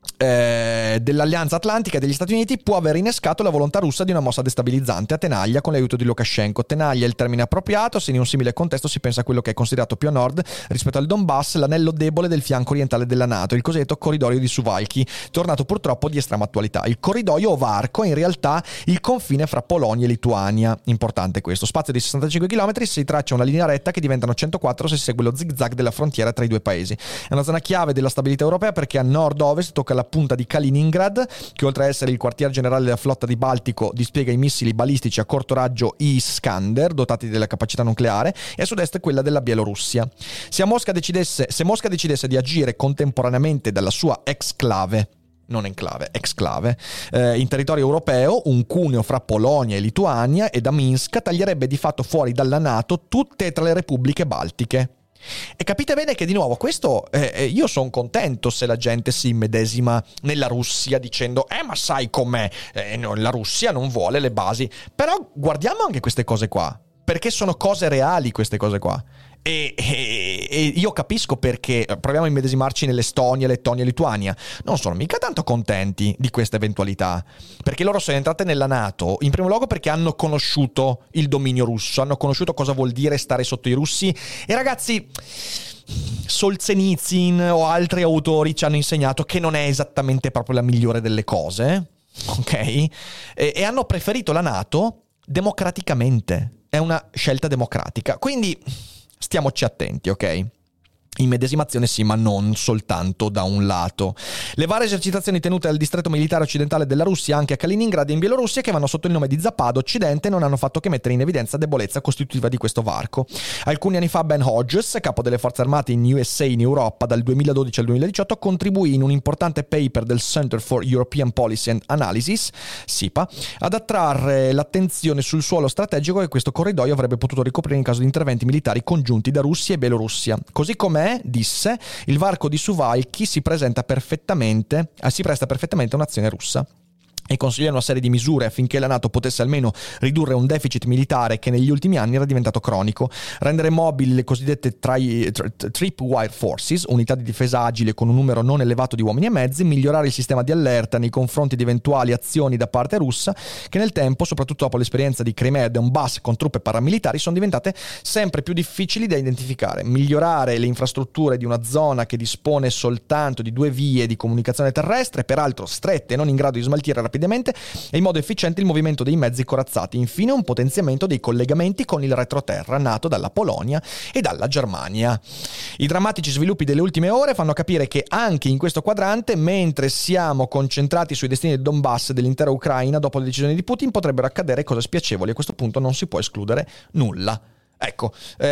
dell'Alleanza Atlantica e degli Stati Uniti può aver innescato la volontà russa di una mossa destabilizzante a Tenaglia con l'aiuto di Lukashenko. Tenaglia è il termine appropriato se in un simile contesto si pensa a quello che è considerato più a nord rispetto al Donbass, l'anello debole del fianco orientale della NATO, il cosiddetto corridoio di Suwalki, tornato purtroppo di estrema attualità. Il corridoio o varco è in realtà il confine fra Polonia e Lituania. Importante questo. Spazio di 65 km, si traccia una linea retta che diventano 104 se segue lo zig-zag della frontiera tra i due paesi. È una zona chiave della stabilità europea perché a nord-ovest tocca la punta di Kaliningrad, che oltre a essere il quartier generale della flotta di Baltico dispiega i missili balistici a corto raggio Iskander, dotati della capacità nucleare, e a sud-est quella della Bielorussia. Se Mosca decidesse di agire contemporaneamente dalla sua exclave, non enclave, exclave, in territorio europeo, un cuneo fra Polonia e Lituania, e da Minsk taglierebbe di fatto fuori dalla NATO tutte e tre le repubbliche baltiche. E capite bene che di nuovo questo io sono contento se la gente si immedesima nella Russia dicendo ma sai com'è, no, la Russia non vuole le basi, però guardiamo anche queste cose qua, perché sono cose reali queste cose qua. E io capisco perché proviamo a immedesimarci nell'Estonia, Lettonia e Lituania. Non sono mica tanto contenti di questa eventualità, perché loro sono entrate nella NATO in primo luogo perché hanno conosciuto il dominio russo, hanno conosciuto cosa vuol dire stare sotto i russi. E ragazzi, Solzhenitsyn o altri autori ci hanno insegnato che non è esattamente proprio la migliore delle cose, ok? E hanno preferito la NATO democraticamente. È una scelta democratica, quindi stiamoci attenti, ok? Immedesimazione sì, ma non soltanto da un lato. Le varie esercitazioni tenute dal distretto militare occidentale della Russia, anche a Kaliningrad e in Bielorussia, che vanno sotto il nome di Zapad Occidente, non hanno fatto che mettere in evidenza la debolezza costitutiva di questo varco. Alcuni anni fa Ben Hodges, capo delle forze armate in USA in Europa dal 2012 al 2018, contribuì in un importante paper del Center for European Policy and Analysis, SIPA, ad attrarre l'attenzione sul suolo strategico che questo corridoio avrebbe potuto ricoprire in caso di interventi militari congiunti da Russia e Bielorussia. Così come disse, il varco di Suwalki si presta perfettamente a un'azione russa, e consigliò una serie di misure affinché la NATO potesse almeno ridurre un deficit militare che negli ultimi anni era diventato cronico, rendere mobili le cosiddette tripwire forces, unità di difesa agile con un numero non elevato di uomini e mezzi, migliorare il sistema di allerta nei confronti di eventuali azioni da parte russa che nel tempo, soprattutto dopo l'esperienza di Crimea e Donbass con truppe paramilitari, sono diventate sempre più difficili da identificare, migliorare le infrastrutture di una zona che dispone soltanto di 2 vie di comunicazione terrestre, peraltro strette e non in grado di smaltire rapidamente e in modo efficiente il movimento dei mezzi corazzati. Infine un potenziamento dei collegamenti con il retroterra nato dalla Polonia e dalla Germania. I drammatici sviluppi delle ultime ore fanno capire che anche in questo quadrante, mentre siamo concentrati sui destini del Donbass e dell'intera Ucraina, dopo le decisioni di Putin potrebbero accadere cose spiacevoli. A questo punto non si può escludere nulla. Ecco,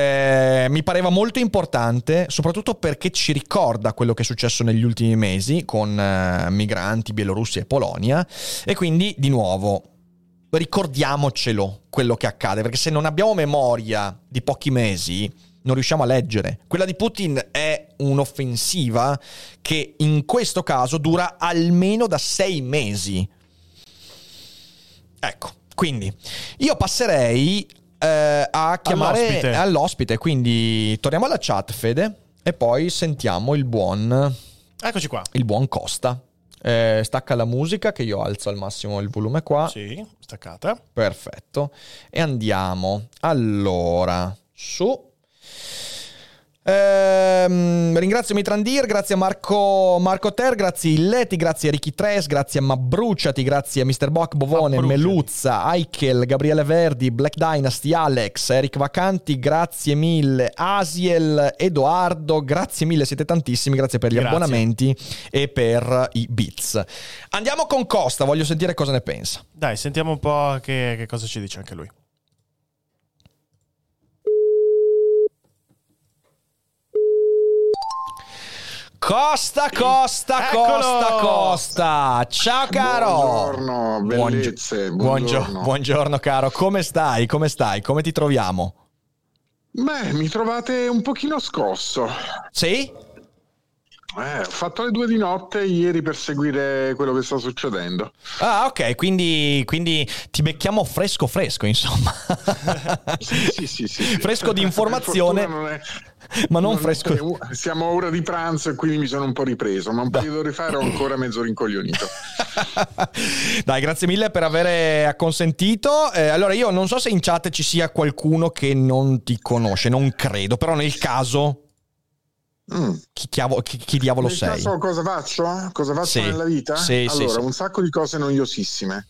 mi pareva molto importante, soprattutto perché ci ricorda quello che è successo negli ultimi mesi con migranti, Bielorussia e Polonia, e quindi di nuovo ricordiamocelo quello che accade, perché se non abbiamo memoria di pochi mesi non riusciamo a leggere. Quella di Putin è un'offensiva che in questo caso dura almeno da 6 mesi. Ecco, quindi io passerei a chiamare all'ospite, quindi torniamo alla chat, Fede, e poi sentiamo il buon, eccoci qua, il buon Costa. Stacca la musica che io alzo al massimo il volume qua. Sì, staccata. Perfetto. E andiamo allora su. Ringrazio Mitrandir, grazie a Marco Ter, grazie a Illeti, grazie a Ricky Tres, grazie a Mabruciati, grazie a Mr. Bock, Bovone, Meluzza, Aikel, Gabriele Verdi, Black Dynasty, Alex, Eric Vacanti, grazie mille, Asiel, Edoardo, grazie mille, siete tantissimi, grazie per gli abbonamenti e per i bits. Andiamo con Costa, voglio sentire cosa ne pensa. Dai, sentiamo un po' che cosa ci dice anche lui. Costa. Ciao caro. Buongiorno, bellezze. Buongiorno caro. Come stai? Come ti troviamo? Beh, mi trovate un pochino scosso. Sì? Ho fatto le 2 di notte ieri per seguire quello che sta succedendo. Ah, ok, quindi ti becchiamo fresco, insomma. Sì. Fresco di informazione, ma non fresco. Siamo a ora di pranzo e quindi mi sono un po' ripreso, ma un paio d'ore fa ero ancora mezzo rincoglionito. Dai, grazie mille per aver acconsentito. Allora, io non so se in chat ci sia qualcuno che non ti conosce, non credo, però nel caso... Chi diavolo nel sei? Caso, cosa faccio Sì, nella vita? Sì. Un sacco di cose noiosissime.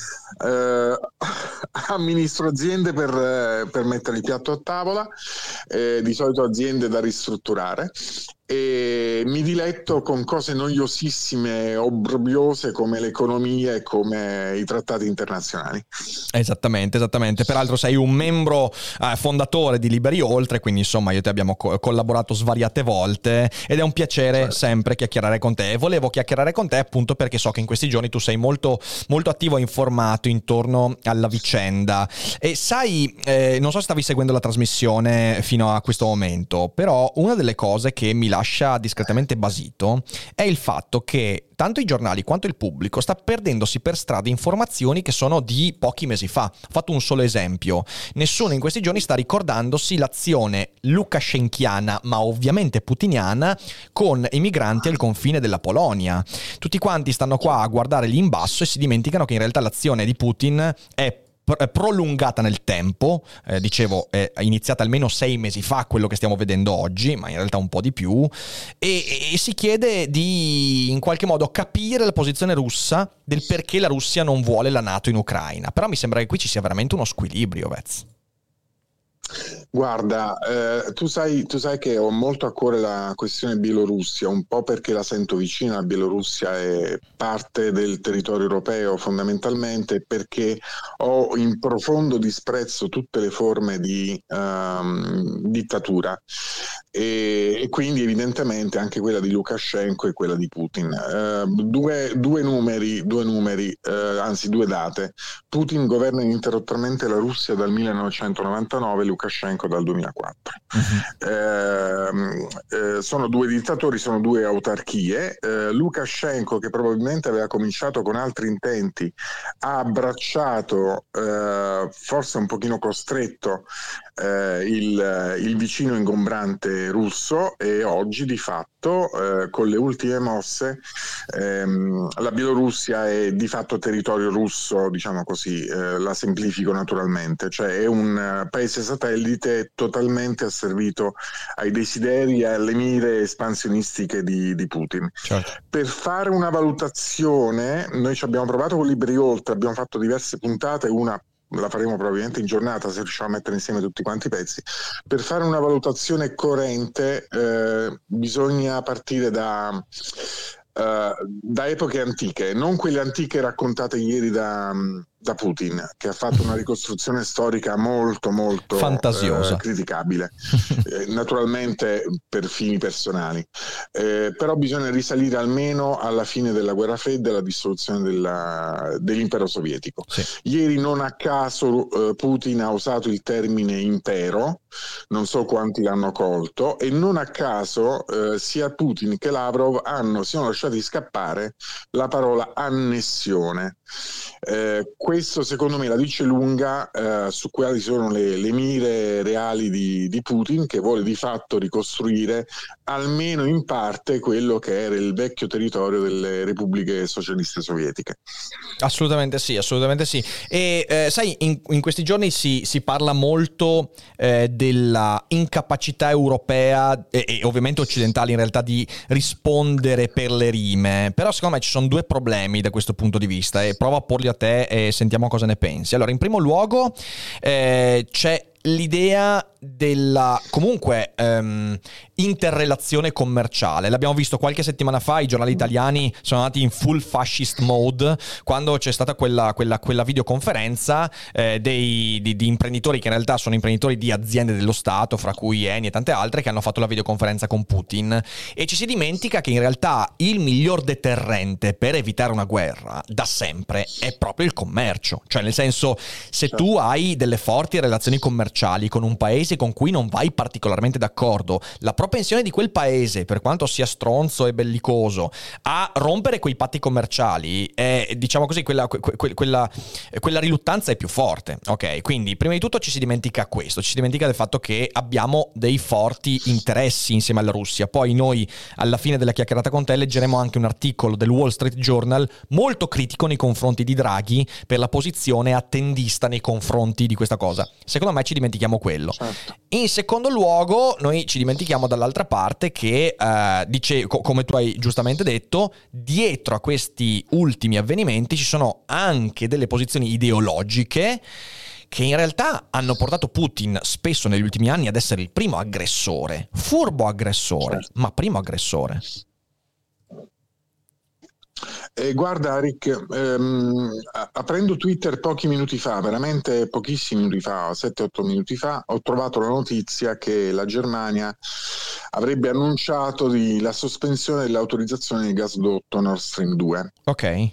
Amministro aziende per mettere il piatto a tavola, di solito aziende da ristrutturare, e mi diletto con cose noiosissime, obbrobriose come l'economia e come i trattati internazionali. Esattamente. Peraltro sei un membro fondatore di Liberi Oltre, quindi insomma io e te abbiamo collaborato svariate volte ed è un piacere sempre chiacchierare con te. E volevo chiacchierare con te appunto perché so che in questi giorni tu sei molto, molto attivo e informato intorno alla vicenda. E sai, non so se stavi seguendo la trasmissione fino a questo momento, però una delle cose che mi lascia discretamente basito è il fatto che tanto i giornali quanto il pubblico sta perdendosi per strada informazioni che sono di pochi mesi fa. Ho fatto un solo esempio: nessuno in questi giorni sta ricordandosi l'azione lukashenkiana, ma ovviamente putiniana, con i migranti al confine della Polonia. Tutti quanti stanno qua a guardare lì in basso e si dimenticano che in realtà l'azione di Putin è prolungata nel tempo, dicevo è iniziata almeno 6 mesi fa quello che stiamo vedendo oggi, ma in realtà un po' di più, e si chiede di in qualche modo capire la posizione russa del perché la Russia non vuole la NATO in Ucraina. Però mi sembra che qui ci sia veramente uno squilibrio, Vez. Guarda, tu sai che ho molto a cuore la questione Bielorussia, un po' perché la sento vicina. La Bielorussia è parte del territorio europeo fondamentalmente, perché ho in profondo disprezzo tutte le forme di dittatura e quindi evidentemente anche quella di Lukashenko e quella di Putin. Due numeri, anzi 2 date. Putin governa ininterrottamente la Russia dal 1999, Lukashenko dal 2004. Sono 2 dittatori, sono 2 autarchie. Lukashenko, che probabilmente aveva cominciato con altri intenti, ha abbracciato, forse un pochino costretto, il vicino ingombrante russo, e oggi di fatto con le ultime mosse la Bielorussia è di fatto territorio russo, diciamo così, la semplifico naturalmente, cioè è un paese satellite totalmente asservito ai desideri e alle mire espansionistiche di Putin. Certo. Per fare una valutazione, noi ci abbiamo provato con Liberi Oltre, abbiamo fatto diverse puntate, una la faremo probabilmente in giornata se riusciamo a mettere insieme tutti quanti i pezzi. Per fare una valutazione coerente bisogna partire da epoche antiche, non quelle antiche raccontate ieri da Putin, che ha fatto una ricostruzione storica molto fantasiosa, criticabile, naturalmente per fini personali, però bisogna risalire almeno alla fine della guerra fredda e alla dissoluzione dell'impero sovietico. Sì. Ieri non a caso Putin ha usato il termine impero, non so quanti l'hanno colto, e non a caso sia Putin che Lavrov si sono lasciati scappare la parola annessione. Questo secondo me la dice lunga su quali sono le mire reali di Putin, che vuole di fatto ricostruire almeno in parte quello che era il vecchio territorio delle repubbliche socialiste sovietiche. Assolutamente sì. E sai, in questi giorni si parla molto della incapacità europea e ovviamente occidentale in realtà di rispondere per le rime, però secondo me ci sono 2 problemi da questo punto di vista e provo a porli a te e sentiamo cosa ne pensi. Allora, in primo luogo c'è l'idea della comunque interrelazione commerciale. L'abbiamo visto qualche settimana fa, i giornali italiani sono andati in full fascist mode quando c'è stata quella videoconferenza di imprenditori che in realtà sono imprenditori di aziende dello Stato, fra cui Eni e tante altre, che hanno fatto la videoconferenza con Putin, e ci si dimentica che in realtà il miglior deterrente per evitare una guerra da sempre è proprio il commercio. Cioè, nel senso, se tu hai delle forti relazioni commerciali con un paese paesi con cui non vai particolarmente d'accordo, la propensione di quel paese, per quanto sia stronzo e bellicoso, a rompere quei patti commerciali è, diciamo così, quella riluttanza è più forte, ok? Quindi prima di tutto ci si dimentica questo, ci si dimentica del fatto che abbiamo dei forti interessi insieme alla Russia. Poi noi alla fine della chiacchierata con te leggeremo anche un articolo del Wall Street Journal molto critico nei confronti di Draghi per la posizione attendista nei confronti di questa cosa. Secondo me ci dimentichiamo quello. Certo. In secondo luogo noi ci dimentichiamo dall'altra parte che come tu hai giustamente detto, dietro a questi ultimi avvenimenti ci sono anche delle posizioni ideologiche che in realtà hanno portato Putin spesso negli ultimi anni ad essere il primo aggressore, furbo aggressore, certo, ma primo aggressore. Guarda Rick, aprendo Twitter pochi minuti fa, veramente pochissimi minuti fa, 7-8 minuti fa, ho trovato la notizia che la Germania avrebbe annunciato la sospensione dell'autorizzazione del gasdotto Nord Stream 2. Ok.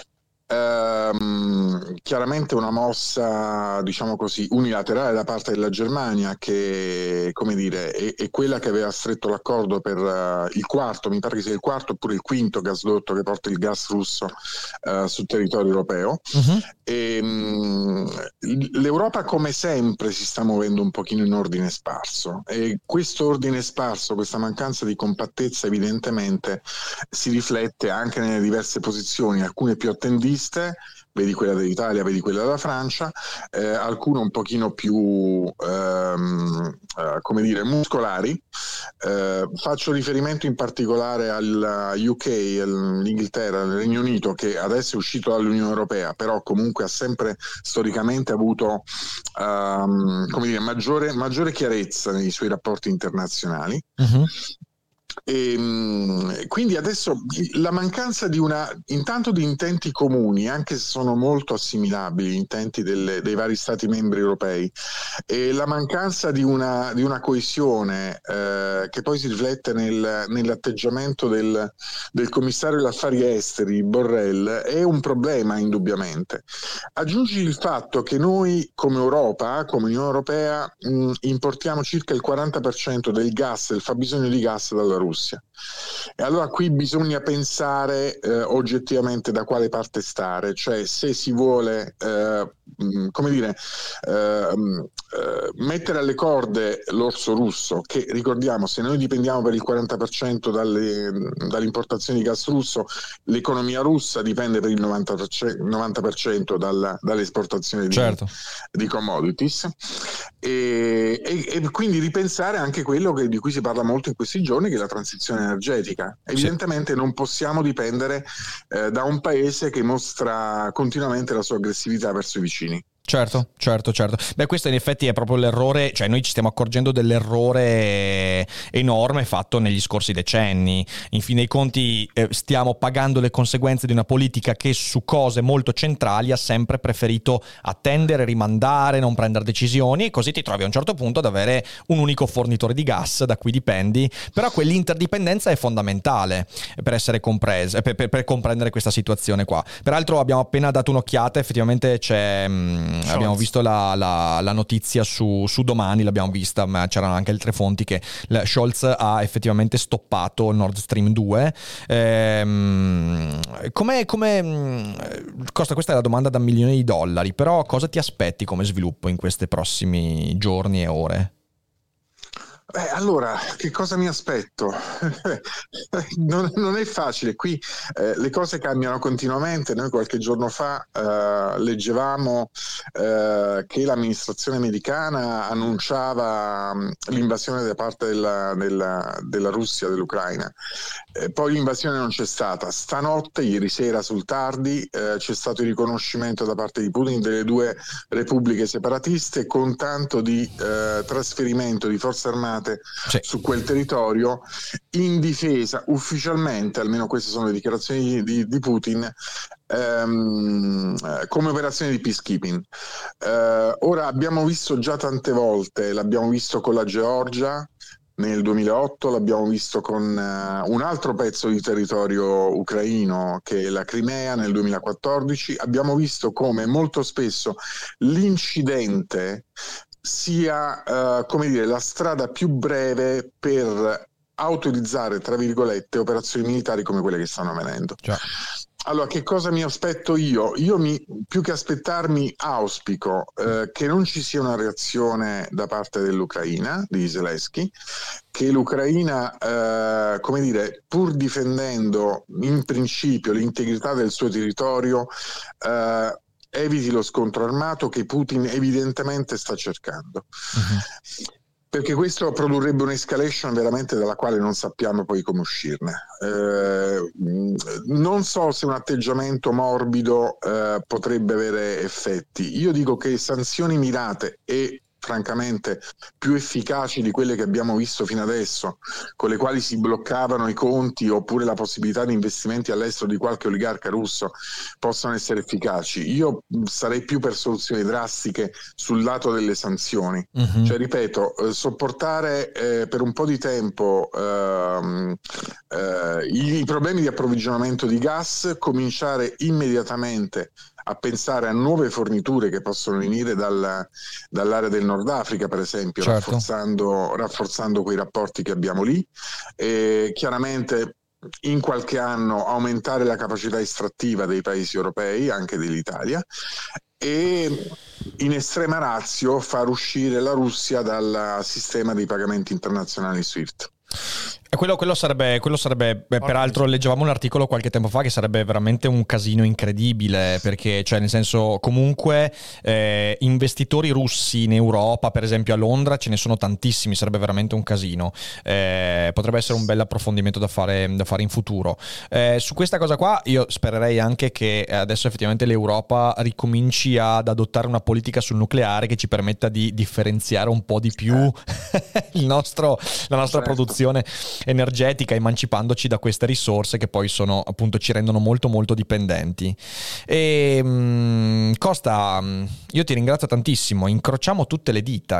Chiaramente una mossa, diciamo così, unilaterale da parte della Germania, che, come dire, è quella che aveva stretto l'accordo per il quarto, mi pare che sia il quarto oppure il quinto gasdotto che porta il gas russo sul territorio europeo. L'Europa, come sempre, si sta muovendo un pochino in ordine sparso, e questo ordine sparso, questa mancanza di compattezza, evidentemente si riflette anche nelle diverse posizioni, alcune più attendiste, vedi quella dell'Italia, vedi quella della Francia, alcune un pochino più come dire, muscolari. Faccio riferimento in particolare al UK, all'Inghilterra, al Regno Unito, che adesso è uscito dall'Unione Europea, però comunque ha sempre storicamente avuto come dire, maggiore chiarezza nei suoi rapporti internazionali. E quindi adesso la mancanza di intanto di intenti comuni, anche se sono molto assimilabili, intenti dei vari stati membri europei, e la mancanza di una coesione che poi si riflette nell'atteggiamento del commissario agli affari esteri Borrell, è un problema indubbiamente. Aggiungi il fatto che noi come Europa, come Unione Europea, importiamo circa il 40% del gas, del fabbisogno di gas dalla Russia. E allora qui bisogna pensare oggettivamente da quale parte stare, cioè se si vuole come dire, mettere alle corde l'orso russo, che ricordiamo, se noi dipendiamo per il 40% dall'importazione di gas russo, l'economia russa dipende per il 90% dall'esportazione di commodities, e quindi ripensare anche quello di cui si parla molto in questi giorni, che è la transizione energetica. Evidentemente non possiamo dipendere da un paese che mostra continuamente la sua aggressività verso i vicini. Certo. Beh, questo in effetti è proprio l'errore, cioè noi ci stiamo accorgendo dell'errore enorme fatto negli scorsi decenni. In fin dei conti stiamo pagando le conseguenze di una politica che su cose molto centrali ha sempre preferito attendere, rimandare, non prendere decisioni, e così ti trovi a un certo punto ad avere un unico fornitore di gas da cui dipendi. Però quell'interdipendenza è fondamentale per essere compresa, per comprendere questa situazione qua. Peraltro abbiamo appena dato un'occhiata, effettivamente abbiamo visto la notizia su Domani, l'abbiamo vista, ma c'erano anche altre fonti che Scholz ha effettivamente stoppato Nord Stream 2. Costa, questa è la domanda da $milioni, però cosa ti aspetti come sviluppo in questi prossimi giorni e ore? Allora, che cosa mi aspetto? Non è facile, qui le cose cambiano continuamente. Noi qualche giorno fa leggevamo che l'amministrazione americana annunciava l'invasione da parte della Russia, dell'Ucraina. Poi l'invasione non c'è stata. Stanotte, ieri sera sul tardi, c'è stato il riconoscimento da parte di Putin delle due repubbliche separatiste, con tanto di trasferimento di forze armate su quel territorio, in difesa ufficialmente, almeno queste sono le dichiarazioni di Putin, come operazione di peacekeeping. Ora abbiamo visto già tante volte, l'abbiamo visto con la Georgia nel 2008, l'abbiamo visto con un altro pezzo di territorio ucraino che è la Crimea nel 2014, abbiamo visto come molto spesso l'incidente sia la strada più breve per autorizzare, tra virgolette, operazioni militari come quelle che stanno avvenendo. Allora, che cosa mi aspetto io? Più che aspettarmi, auspico che non ci sia una reazione da parte dell'Ucraina, di Zelensky, che l'Ucraina, pur difendendo in principio l'integrità del suo territorio, eviti lo scontro armato che Putin evidentemente sta cercando. Perché questo produrrebbe un'escalation veramente dalla quale non sappiamo poi come uscirne. Non so se un atteggiamento morbido potrebbe avere effetti. Io dico che sanzioni mirate e francamente più efficaci di quelle che abbiamo visto fino adesso, con le quali si bloccavano i conti oppure la possibilità di investimenti all'estero di qualche oligarca russo, possono essere efficaci. Io sarei più per soluzioni drastiche sul lato delle sanzioni. Cioè, ripeto, sopportare per un po' di tempo i problemi di approvvigionamento di gas, cominciare immediatamente a pensare a nuove forniture che possono venire dall'area del Nord Africa, per esempio, rafforzando quei rapporti che abbiamo lì, e chiaramente in qualche anno aumentare la capacità estrattiva dei paesi europei, anche dell'Italia, e in estrema ratio far uscire la Russia dal sistema dei pagamenti internazionali SWIFT. Quello sarebbe peraltro leggevamo un articolo qualche tempo fa che sarebbe veramente un casino incredibile, perché cioè nel senso comunque investitori russi in Europa, per esempio a Londra, ce ne sono tantissimi, sarebbe veramente un casino. Potrebbe essere un bel approfondimento da fare in futuro. Su questa cosa qua io spererei anche che adesso effettivamente l'Europa ricominci ad adottare una politica sul nucleare che ci permetta di differenziare un po' di più la nostra produzione energetica, emancipandoci da queste risorse che poi sono appunto ci rendono molto molto dipendenti. E Costa, io ti ringrazio tantissimo, incrociamo tutte le dita.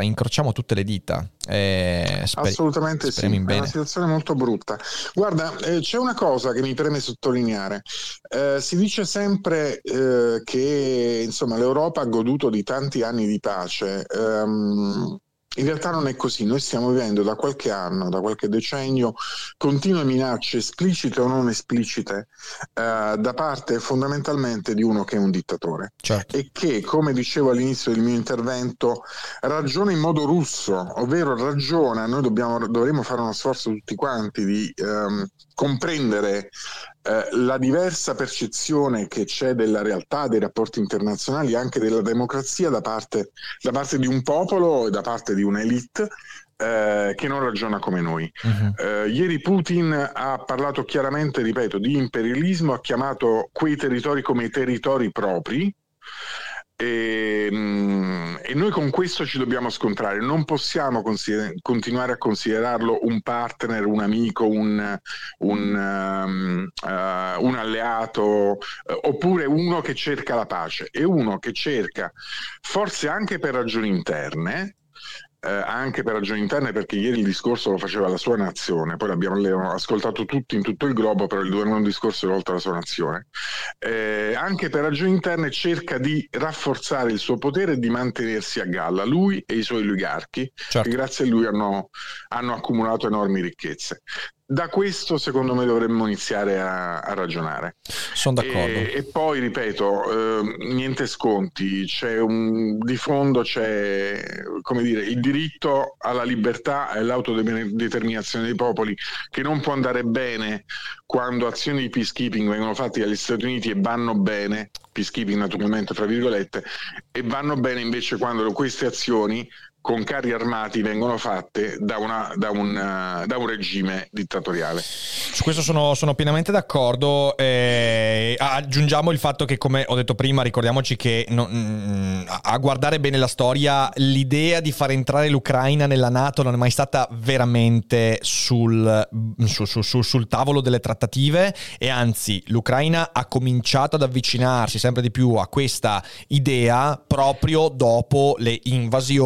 Assolutamente sì, è una situazione molto brutta. Guarda, c'è una cosa che mi preme sottolineare. Si dice sempre che insomma l'Europa ha goduto di tanti anni di pace. In realtà non è così, noi stiamo vivendo da qualche anno, da qualche decennio, continue minacce esplicite o non esplicite da parte fondamentalmente di uno che è un dittatore. Certo. E che, come dicevo all'inizio del mio intervento, ragiona in modo russo, ovvero noi dovremmo fare uno sforzo tutti quanti di comprendere la diversa percezione che c'è della realtà, dei rapporti internazionali, anche della democrazia da parte di un popolo e da parte di un'elite che non ragiona come noi. Ieri Putin ha parlato chiaramente, ripeto, di imperialismo, ha chiamato quei territori come territori propri. E noi con questo ci dobbiamo scontrare. Non possiamo continuare a considerarlo un partner, un amico, un alleato, oppure uno che cerca la pace. È uno che cerca, forse anche per ragioni interne, perché ieri il discorso lo faceva la sua nazione, poi l'abbiamo ascoltato tutti in tutto il globo, però il un discorso rivolto alla sua nazione, anche per ragioni interne cerca di rafforzare il suo potere e di mantenersi a galla, lui e i suoi oligarchi, certo, che grazie a lui hanno accumulato enormi ricchezze. Da questo secondo me dovremmo iniziare a ragionare. Sono d'accordo. E poi ripeto, niente sconti, di fondo c'è, come dire, il diritto alla libertà e all'autodeterminazione dei popoli, che non può andare bene quando azioni di peacekeeping vengono fatte dagli Stati Uniti e vanno bene, peacekeeping naturalmente fra virgolette, e vanno bene invece quando queste azioni con carri armati vengono fatte da un regime dittatoriale. Su questo sono pienamente d'accordo. Aggiungiamo il fatto che, come ho detto prima, ricordiamoci che a guardare bene la storia, l'idea di far entrare l'Ucraina nella NATO non è mai stata veramente sul tavolo delle trattative, e anzi l'Ucraina ha cominciato ad avvicinarsi sempre di più a questa idea proprio dopo le invasioni di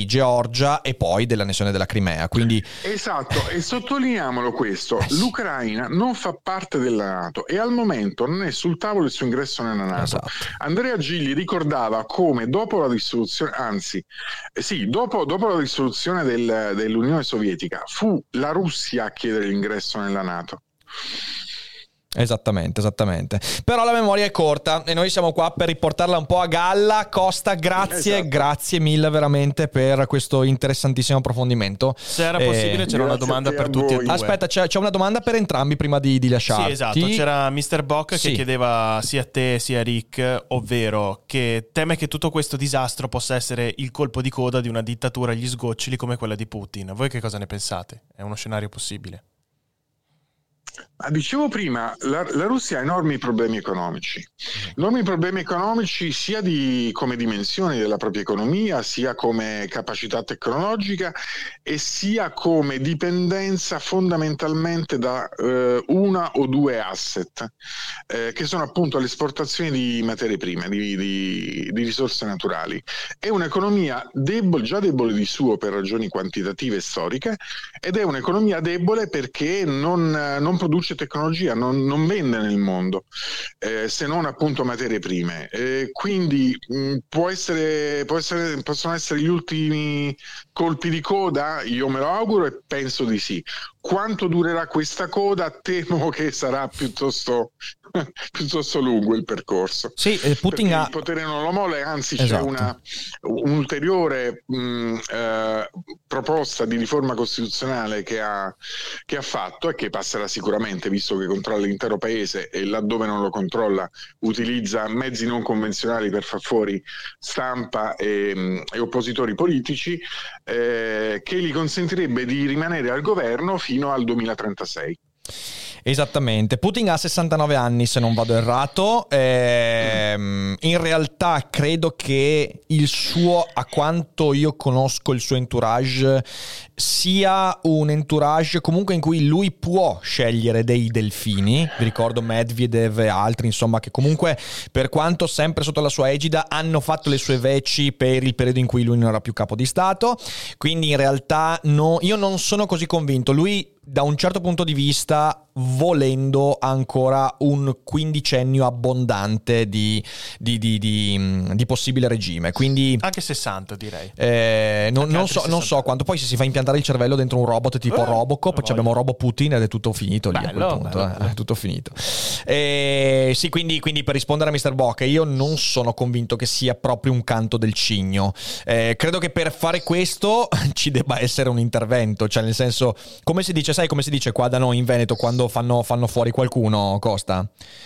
di Georgia e poi dell'annessione della Crimea. Quindi esatto, e sottolineiamolo questo: l'Ucraina non fa parte della NATO e al momento non è sul tavolo il suo ingresso nella NATO. Esatto. Andrea Gigli ricordava come dopo la dissoluzione, dopo la dissoluzione dell'Unione Sovietica fu la Russia a chiedere l'ingresso nella NATO. Esattamente. Però la memoria è corta e noi siamo qua per riportarla un po' a galla. Costa, grazie, esatto. Grazie mille veramente per questo interessantissimo approfondimento. Se era possibile c'era una domanda per tutti e due. Aspetta, c'è una domanda per entrambi prima di lasciarti. Sì, esatto, c'era Mr. Bock che chiedeva sia a te sia a Rick, ovvero che teme che tutto questo disastro possa essere il colpo di coda di una dittatura agli sgoccioli come quella di Putin. Voi che cosa ne pensate? È uno scenario possibile? Dicevo prima, la Russia ha enormi problemi economici sia come dimensioni della propria economia, sia come capacità tecnologica e sia come dipendenza fondamentalmente da una o due asset, che sono appunto l'esportazione di materie prime, di risorse naturali. È un'economia già debole di suo per ragioni quantitative e storiche, ed è un'economia debole perché non produce tecnologia, non vende nel mondo, se non appunto materie prime. Quindi possono essere gli ultimi colpi di coda? Io me lo auguro e penso di sì. Quanto durerà questa coda? Temo che sarà piuttosto lungo il percorso. Sì, Putin il potere non lo molla, anzi esatto. C'è un'ulteriore proposta di riforma costituzionale che ha fatto e che passerà sicuramente, visto che controlla l'intero paese e laddove non lo controlla utilizza mezzi non convenzionali per far fuori stampa e oppositori politici, che gli consentirebbe di rimanere al governo fino al 2036. Esattamente, Putin ha 69 anni se non vado errato, in realtà credo che il suo, a quanto io conosco il suo entourage, sia un entourage comunque in cui lui può scegliere dei delfini. Vi ricordo Medvedev e altri, insomma, che comunque, per quanto sempre sotto la sua egida, hanno fatto le sue veci per il periodo in cui lui non era più capo di Stato. Quindi in realtà io non sono così convinto. Lui, da un certo punto di vista, volendo, ha ancora un quindicennio abbondante di possibile regime, quindi anche 60 direi. Non so quanto. Poi se si fa impiantare il cervello dentro un robot tipo Robocop, abbiamo Robo Putin ed è tutto finito lì. Bello, a quel punto bello. è tutto finito. Sì, quindi per rispondere a Mr. Bock, io non sono convinto che sia proprio un canto del cigno. Credo che per fare questo ci debba essere un intervento, cioè nel senso, come si dice qua da noi in Veneto quando fanno fuori qualcuno, Costa?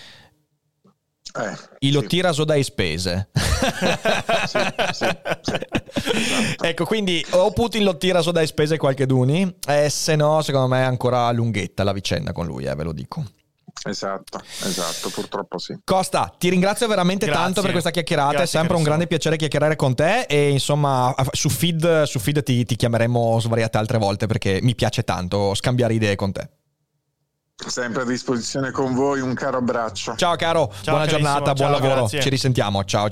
Lo tiraso dai spese. Sì. Ecco, quindi o Putin lo tira su dai spese qualche duni, se no secondo me è ancora lunghetta la vicenda con lui, ve lo dico. Esatto, purtroppo sì. Costa, ti ringrazio veramente tanto per questa chiacchierata. Grazie, è sempre un grande piacere chiacchierare con te e insomma su feed ti chiameremo svariate altre volte perché mi piace tanto scambiare idee con te. Sempre a disposizione con voi, un caro abbraccio. Ciao caro, buona giornata, buon lavoro, grazie. Ci risentiamo, ciao.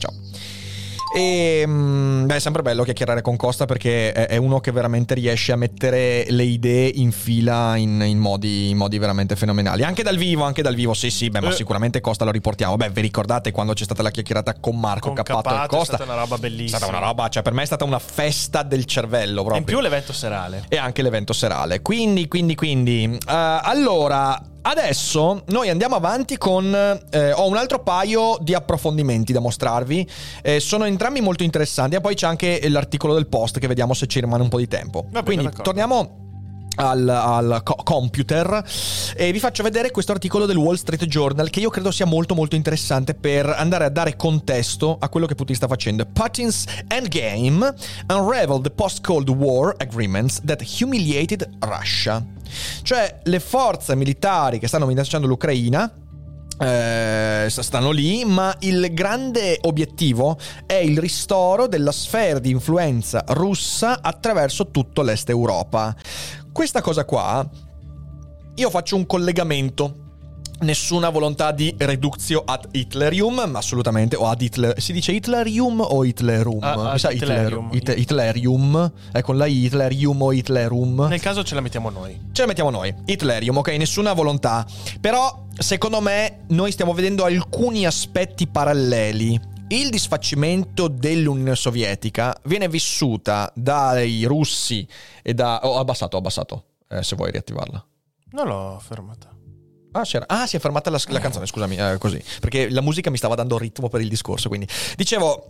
E è sempre bello chiacchierare con Costa perché è uno che veramente riesce a mettere le idee in fila in modi veramente fenomenali. Anche dal vivo, sì, ma sicuramente Costa lo riportiamo. Vi ricordate quando c'è stata la chiacchierata con Marco Cappato e Costa? È stata una roba bellissima. È stata una roba, cioè per me è stata una festa del cervello proprio. E in più l'evento serale. E anche l'evento serale. Quindi allora, adesso noi andiamo avanti con ho un altro paio di approfondimenti da mostrarvi, sono entrambi molto interessanti e poi c'è anche l'articolo del Post che vediamo se ci rimane un po' di tempo. Va bene, quindi d'accordo. torniamo al computer e vi faccio vedere questo articolo del Wall Street Journal che io credo sia molto molto interessante per andare a dare contesto a quello che Putin sta facendo. Putin's endgame unraveled the post-Cold War agreements that humiliated Russia. Cioè le forze militari che stanno minacciando l'Ucraina stanno lì, ma il grande obiettivo è il ristoro della sfera di influenza russa attraverso tutto l'est Europa. Questa cosa qua, io faccio un collegamento nessuna volontà di reductio ad Hitlerium, ma assolutamente, o ad Hitler, si dice Hitlerium o Hitlerum? Mi sa Hitlerium. Hitlerium, con la Hitlerium o Hitlerum. Nel caso ce la mettiamo noi. Ce la mettiamo noi, Hitlerium, ok, nessuna volontà. Però, secondo me, noi stiamo vedendo alcuni aspetti paralleli. Il disfacimento dell'Unione Sovietica viene vissuta dai russi e da... Ho abbassato, se vuoi riattivarla. Non l'ho fermata. Si è fermata la canzone, scusami, così, perché la musica mi stava dando ritmo per il discorso, quindi dicevo,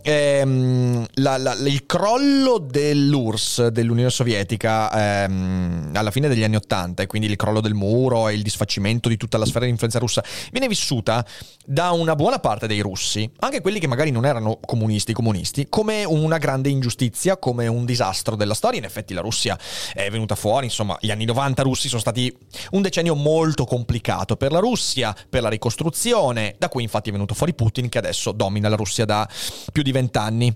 il crollo dell'URSS, dell'Unione Sovietica, alla fine degli anni '80, e quindi il crollo del muro e il disfacimento di tutta la sfera di influenza russa, viene vissuta da una buona parte dei russi, anche quelli che magari non erano comunisti, come una grande ingiustizia, come un disastro della storia. In effetti la Russia è venuta fuori, insomma, gli anni 90 russi sono stati un decennio molto complicato per la Russia, per la ricostruzione, da cui infatti è venuto fuori Putin, che adesso domina la Russia da più di 20 anni.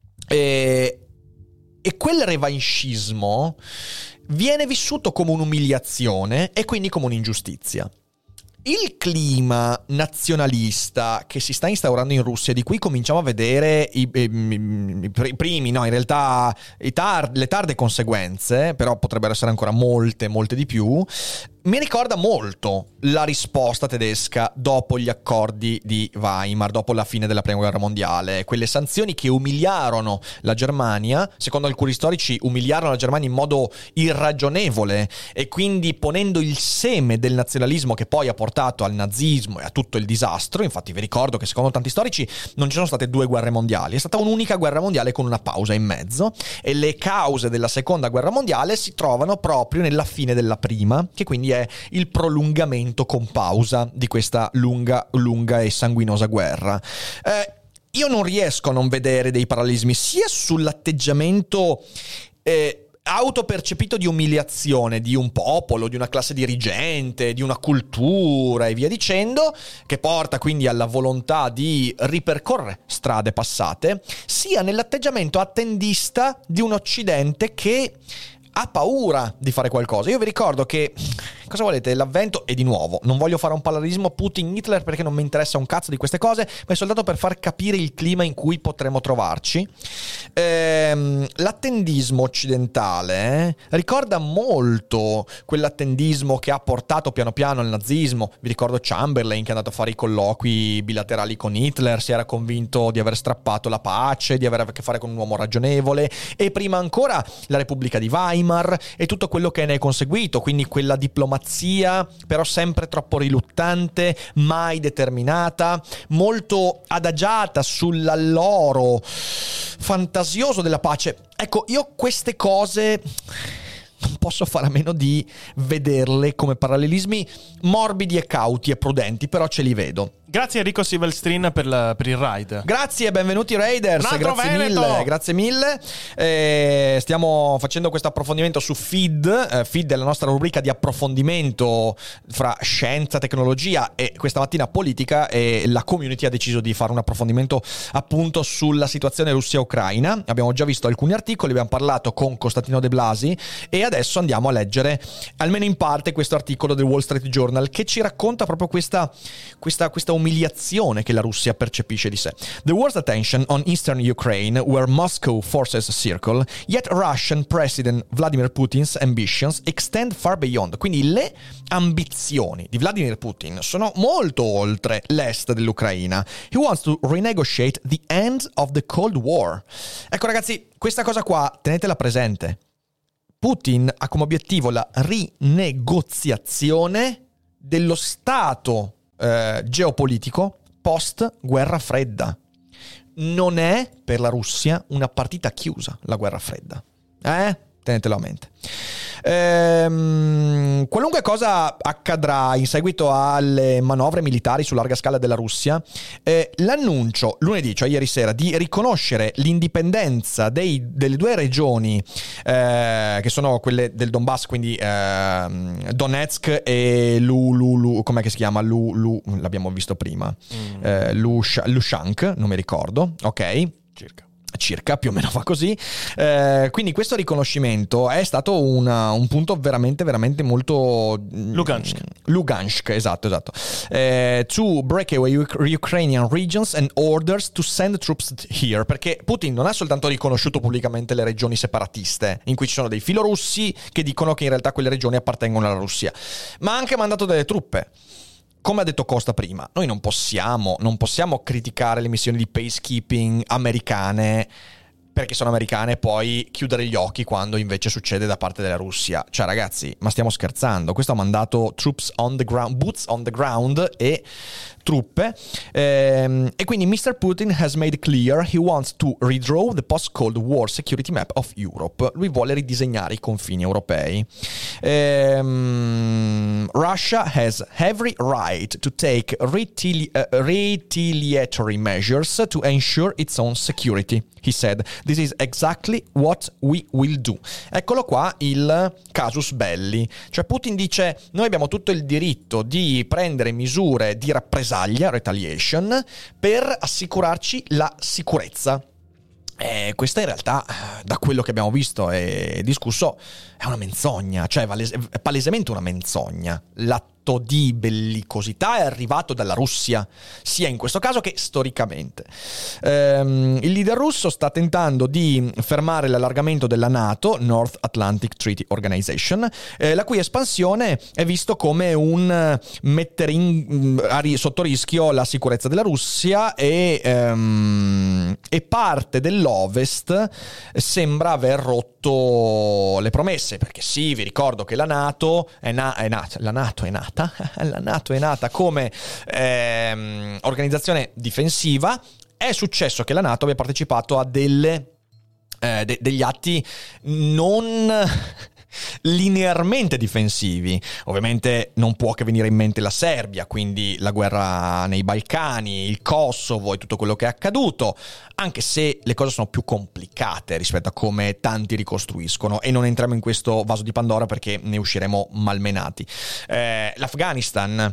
E quel revanchismo viene vissuto come un'umiliazione e quindi come un'ingiustizia. Il clima nazionalista che si sta instaurando in Russia, di cui cominciamo a vedere i primi, no, in realtà le tarde conseguenze, però potrebbero essere ancora molte di più, mi ricorda molto la risposta tedesca dopo gli accordi di Weimar, dopo la fine della Prima Guerra Mondiale. Quelle sanzioni che umiliarono la Germania, secondo alcuni storici umiliarono la Germania in modo irragionevole, e quindi ponendo il seme del nazionalismo che poi ha portato al nazismo e a tutto il disastro. Infatti vi ricordo che secondo tanti storici non ci sono state 2 guerre mondiali, è stata un'unica guerra mondiale con una pausa in mezzo, e le cause della seconda guerra mondiale si trovano proprio nella fine della prima, che quindi è il prolungamento con pausa di questa lunga e sanguinosa guerra. Io non riesco a non vedere dei parallelismi sia sull'atteggiamento autopercepito di umiliazione di un popolo, di una classe dirigente, di una cultura e via dicendo, che porta quindi alla volontà di ripercorrere strade passate, sia nell'atteggiamento attendista di un Occidente che ha paura di fare qualcosa. Io vi ricordo che, cosa volete, l'avvento, e di nuovo, non voglio fare un parallelismo Putin-Hitler perché non mi interessa un cazzo di queste cose, ma è soltanto per far capire il clima in cui potremo trovarci. L'attendismo occidentale ricorda molto quell'attendismo che ha portato piano piano al nazismo. Vi ricordo Chamberlain, che è andato a fare i colloqui bilaterali con Hitler, si era convinto di aver strappato la pace, di avere a che fare con un uomo ragionevole, e prima ancora la Repubblica di Weimar e tutto quello che ne è conseguito, quindi quella diplomazia però sempre troppo riluttante, mai determinata, molto adagiata sull'alloro fantasioso della pace. Ecco, io queste cose non posso fare a meno di vederle come parallelismi morbidi e cauti e prudenti, però ce li vedo. Grazie Enrico Silvestrin per il ride. Grazie, benvenuti Raiders. Grazie mille. Stiamo facendo questo approfondimento su Feed. Feed è la nostra rubrica di approfondimento fra scienza, tecnologia e questa mattina politica, e la community ha deciso di fare un approfondimento appunto sulla situazione Russia-Ucraina. Abbiamo già visto alcuni articoli, abbiamo parlato con Costantino De Blasi, e adesso andiamo a leggere almeno in parte questo articolo del Wall Street Journal che ci racconta proprio questa umiliazione che la Russia percepisce di sé. The worst attention on eastern Ukraine, where Moscow forces circle, yet Russian President Vladimir Putin's ambitions extend far beyond. Quindi le ambizioni di Vladimir Putin sono molto oltre l'est dell'Ucraina. He wants to renegotiate the end of the Cold War. Ecco ragazzi, questa cosa qua tenetela presente. Putin ha come obiettivo la rinegoziazione dello stato geopolitico post guerra fredda. Non è per la Russia una partita chiusa la guerra fredda, tenetelo a mente. Qualunque cosa accadrà in seguito alle manovre militari su larga scala della Russia, l'annuncio lunedì, cioè ieri sera, di riconoscere l'indipendenza delle 2 regioni che sono quelle del Donbass, quindi Donetsk e com'è che si chiama? l'abbiamo visto prima, Lushansk, non mi ricordo, ok? circa, più o meno fa così. Quindi questo riconoscimento è stato un punto veramente molto... Lugansk, esatto. To break away Ukrainian regions and orders to send troops here, perché Putin non ha soltanto riconosciuto pubblicamente le regioni separatiste in cui ci sono dei filorussi che dicono che in realtà quelle regioni appartengono alla Russia, ma ha anche mandato delle truppe. Come ha detto Costa prima, noi non possiamo criticare le missioni di peacekeeping americane perché sono americane e poi chiudere gli occhi quando invece succede da parte della Russia. Cioè ragazzi, ma stiamo scherzando? Questo ha mandato troops on the ground, boots on the ground e truppe, e quindi Mr. Putin has made clear he wants to redraw the post-Cold War security map of Europe. Lui vuole ridisegnare i confini europei. Russia has every right to take retaliatory measures to ensure its own security, he said. This is exactly what we will do. Eccolo qua il casus belli. Cioè Putin dice: noi abbiamo tutto il diritto di prendere misure di retaliation, per assicurarci la sicurezza. Questa in realtà, da quello che abbiamo visto e discusso, è una menzogna, cioè è palesemente una menzogna. L'atto di bellicosità è arrivato dalla Russia, sia in questo caso che storicamente. Il leader russo sta tentando di fermare l'allargamento della NATO, North Atlantic Treaty Organization, la cui espansione è visto come un mettere sotto rischio la sicurezza della Russia, e parte dell'Ovest sembra aver rotto le promesse, perché sì, vi ricordo che la NATO è nata come organizzazione difensiva. È successo che la NATO abbia partecipato a degli atti non linearmente difensivi. Ovviamente non può che venire in mente la Serbia, quindi la guerra nei Balcani, il Kosovo e tutto quello che è accaduto, anche se le cose sono più complicate rispetto a come tanti ricostruiscono, e non entriamo in questo vaso di Pandora perché ne usciremo malmenati. L'Afghanistan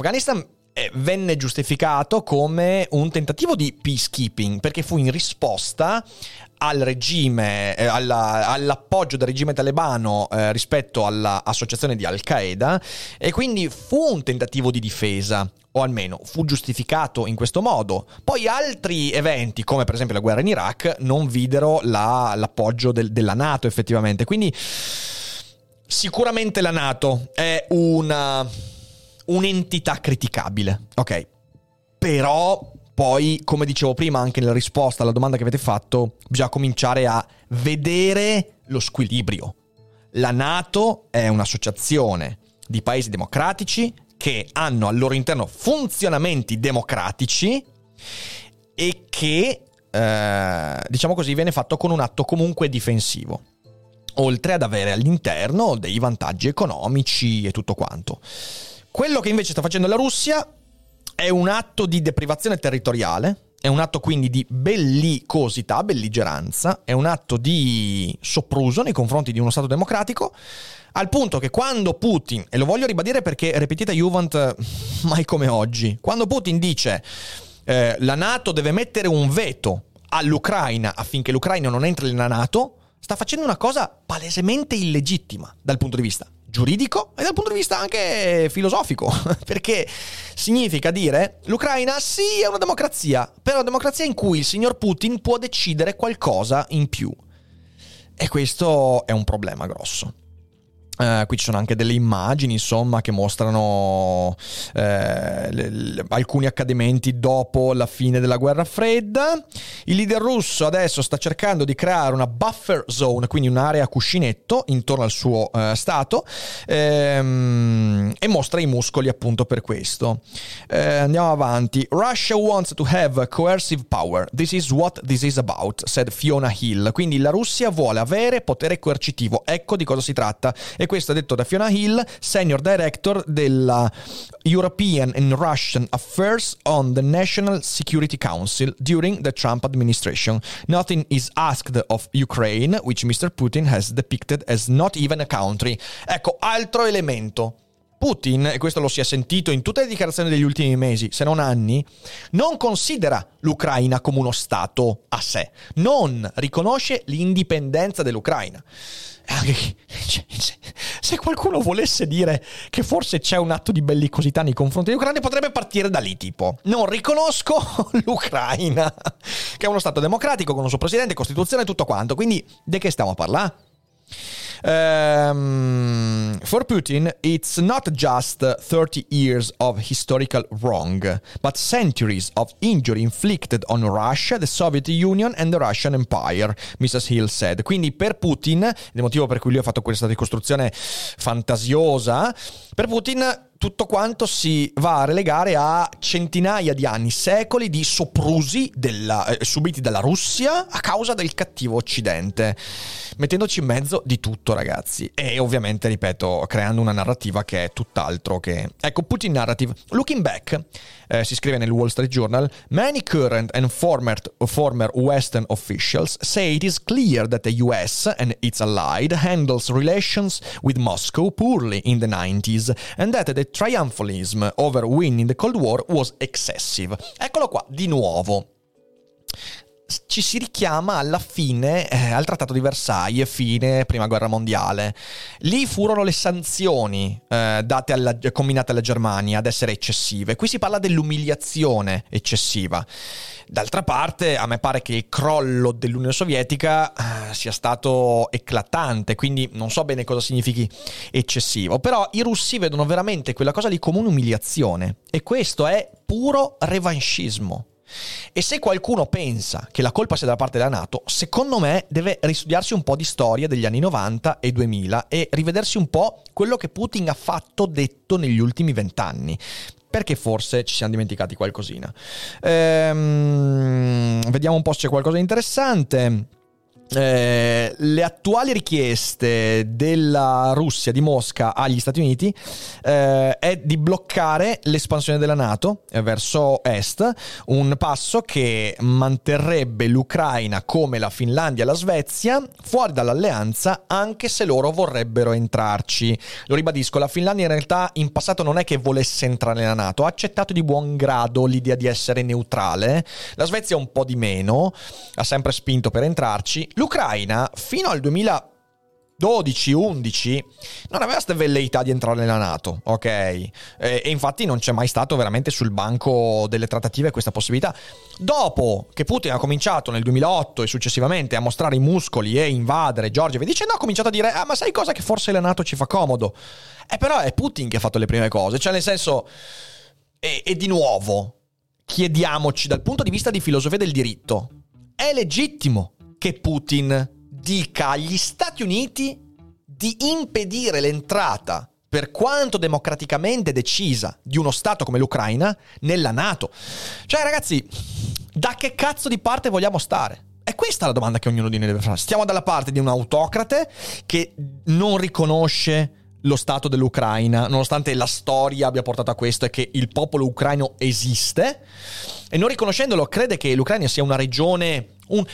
venne giustificato come un tentativo di peacekeeping, perché fu in risposta al regime, all'appoggio del regime talebano rispetto all'associazione di Al-Qaeda, e quindi fu un tentativo di difesa, o almeno fu giustificato in questo modo. Poi altri eventi, come per esempio la guerra in Iraq, non videro l'appoggio della NATO effettivamente. Quindi sicuramente la NATO è un'entità criticabile, ok? Però poi, come dicevo prima anche nella risposta alla domanda che avete fatto, bisogna cominciare a vedere lo squilibrio. La NATO è un'associazione di paesi democratici che hanno al loro interno funzionamenti democratici e che, diciamo così, viene fatto con un atto comunque difensivo, oltre ad avere all'interno dei vantaggi economici e tutto quanto. Quello che invece sta facendo la Russia è un atto di deprivazione territoriale, è un atto quindi di bellicosità, belligeranza, è un atto di sopruso nei confronti di uno Stato democratico, al punto che quando Putin, e lo voglio ribadire perché ripetita Juvent mai come oggi, quando Putin dice la NATO deve mettere un veto all'Ucraina affinché l'Ucraina non entri nella NATO, sta facendo una cosa palesemente illegittima dal punto di vista giuridico e dal punto di vista anche filosofico, perché significa dire l'Ucraina sì è una democrazia, però una democrazia in cui il signor Putin può decidere qualcosa in più, e questo è un problema grosso. Qui ci sono anche delle immagini, insomma, che mostrano alcuni accadimenti dopo la fine della guerra fredda. Il leader russo adesso sta cercando di creare una buffer zone, quindi un'area cuscinetto intorno al suo stato, e mostra i muscoli appunto per questo. Andiamo avanti. Russia wants to have coercive power. This is what this is about, said Fiona Hill. Quindi la Russia vuole avere potere coercitivo. Ecco di cosa si tratta. E questo è detto da Fiona Hill, Senior Director della European and Russian Affairs on the National Security Council during the Trump administration. Nothing is asked of Ukraine, which Mr. Putin has depicted as not even a country. Ecco, altro elemento Putin, e questo lo si è sentito in tutte le dichiarazioni degli ultimi mesi, se non anni, non considera l'Ucraina come uno stato a sé, non riconosce l'indipendenza dell'Ucraina. Se qualcuno volesse dire che forse c'è un atto di bellicosità nei confronti dell'Ucraina, potrebbe partire da lì, tipo: non riconosco l'Ucraina, che è uno stato democratico con un suo presidente, costituzione e tutto quanto. Quindi di che stiamo a parlare? For Putin, it's not just 30 years of historical wrong, but centuries of injury inflicted on Russia, the Soviet Union and the Russian Empire, Mrs. Hill said. Quindi per Putin, il motivo per cui lui ha fatto questa ricostruzione fantasiosa, per Putin tutto quanto si va a relegare a centinaia di anni, secoli di soprusi subiti dalla Russia a causa del cattivo Occidente, mettendoci in mezzo di tutto, ragazzi. E ovviamente, ripeto, creando una narrativa che è tutt'altro che... Ecco, Putin narrative. Looking back, si scrive nel Wall Street Journal, many current and former Western officials say it is clear that the US and its allied handles relations with Moscow poorly in the 90s and that the triumphalism over winning the Cold War was excessive. Eccolo qua, di nuovo. Ci si richiama alla fine al Trattato di Versailles, fine Prima Guerra Mondiale. Lì furono le sanzioni combinate alla Germania ad essere eccessive. Qui si parla dell'umiliazione eccessiva. D'altra parte, a me pare che il crollo dell'Unione Sovietica sia stato eclatante, quindi non so bene cosa significhi eccessivo, però i russi vedono veramente quella cosa lì come un'umiliazione, e questo è puro revanchismo. E se qualcuno pensa che la colpa sia dalla parte della NATO, secondo me deve ristudiarsi un po' di storia degli anni 90 e 2000 e rivedersi un po' quello che Putin ha detto negli ultimi 20 anni. Perché forse ci siamo dimenticati qualcosina. Vediamo un po' se c'è qualcosa di interessante. Le attuali richieste della Russia, di Mosca agli Stati Uniti è di bloccare l'espansione della NATO verso est, un passo che manterrebbe l'Ucraina come la Finlandia e la Svezia fuori dall'alleanza, anche se loro vorrebbero entrarci. Lo ribadisco, la Finlandia in realtà in passato non è che volesse entrare nella NATO, ha accettato di buon grado l'idea di essere neutrale, la Svezia un po' di meno, ha sempre spinto per entrarci. L'Ucraina fino al 2012-11 non aveva queste velleità di entrare nella NATO, ok? E infatti non c'è mai stato veramente sul banco delle trattative questa possibilità. Dopo che Putin ha cominciato nel 2008 e successivamente a mostrare i muscoli e invadere Georgia, vi dice no, ha cominciato a dire ma sai cosa, che forse la NATO ci fa comodo. Però è Putin che ha fatto le prime cose, cioè nel senso, e di nuovo chiediamoci dal punto di vista di filosofia del diritto, è legittimo che Putin dica agli Stati Uniti di impedire l'entrata, per quanto democraticamente decisa, di uno Stato come l'Ucraina nella NATO? Cioè, ragazzi, da che cazzo di parte vogliamo stare? È questa la domanda che ognuno di noi deve fare. Stiamo dalla parte di un autocrate che non riconosce lo Stato dell'Ucraina, nonostante la storia abbia portato a questo e che il popolo ucraino esiste, e non riconoscendolo crede che l'Ucraina sia una regione, un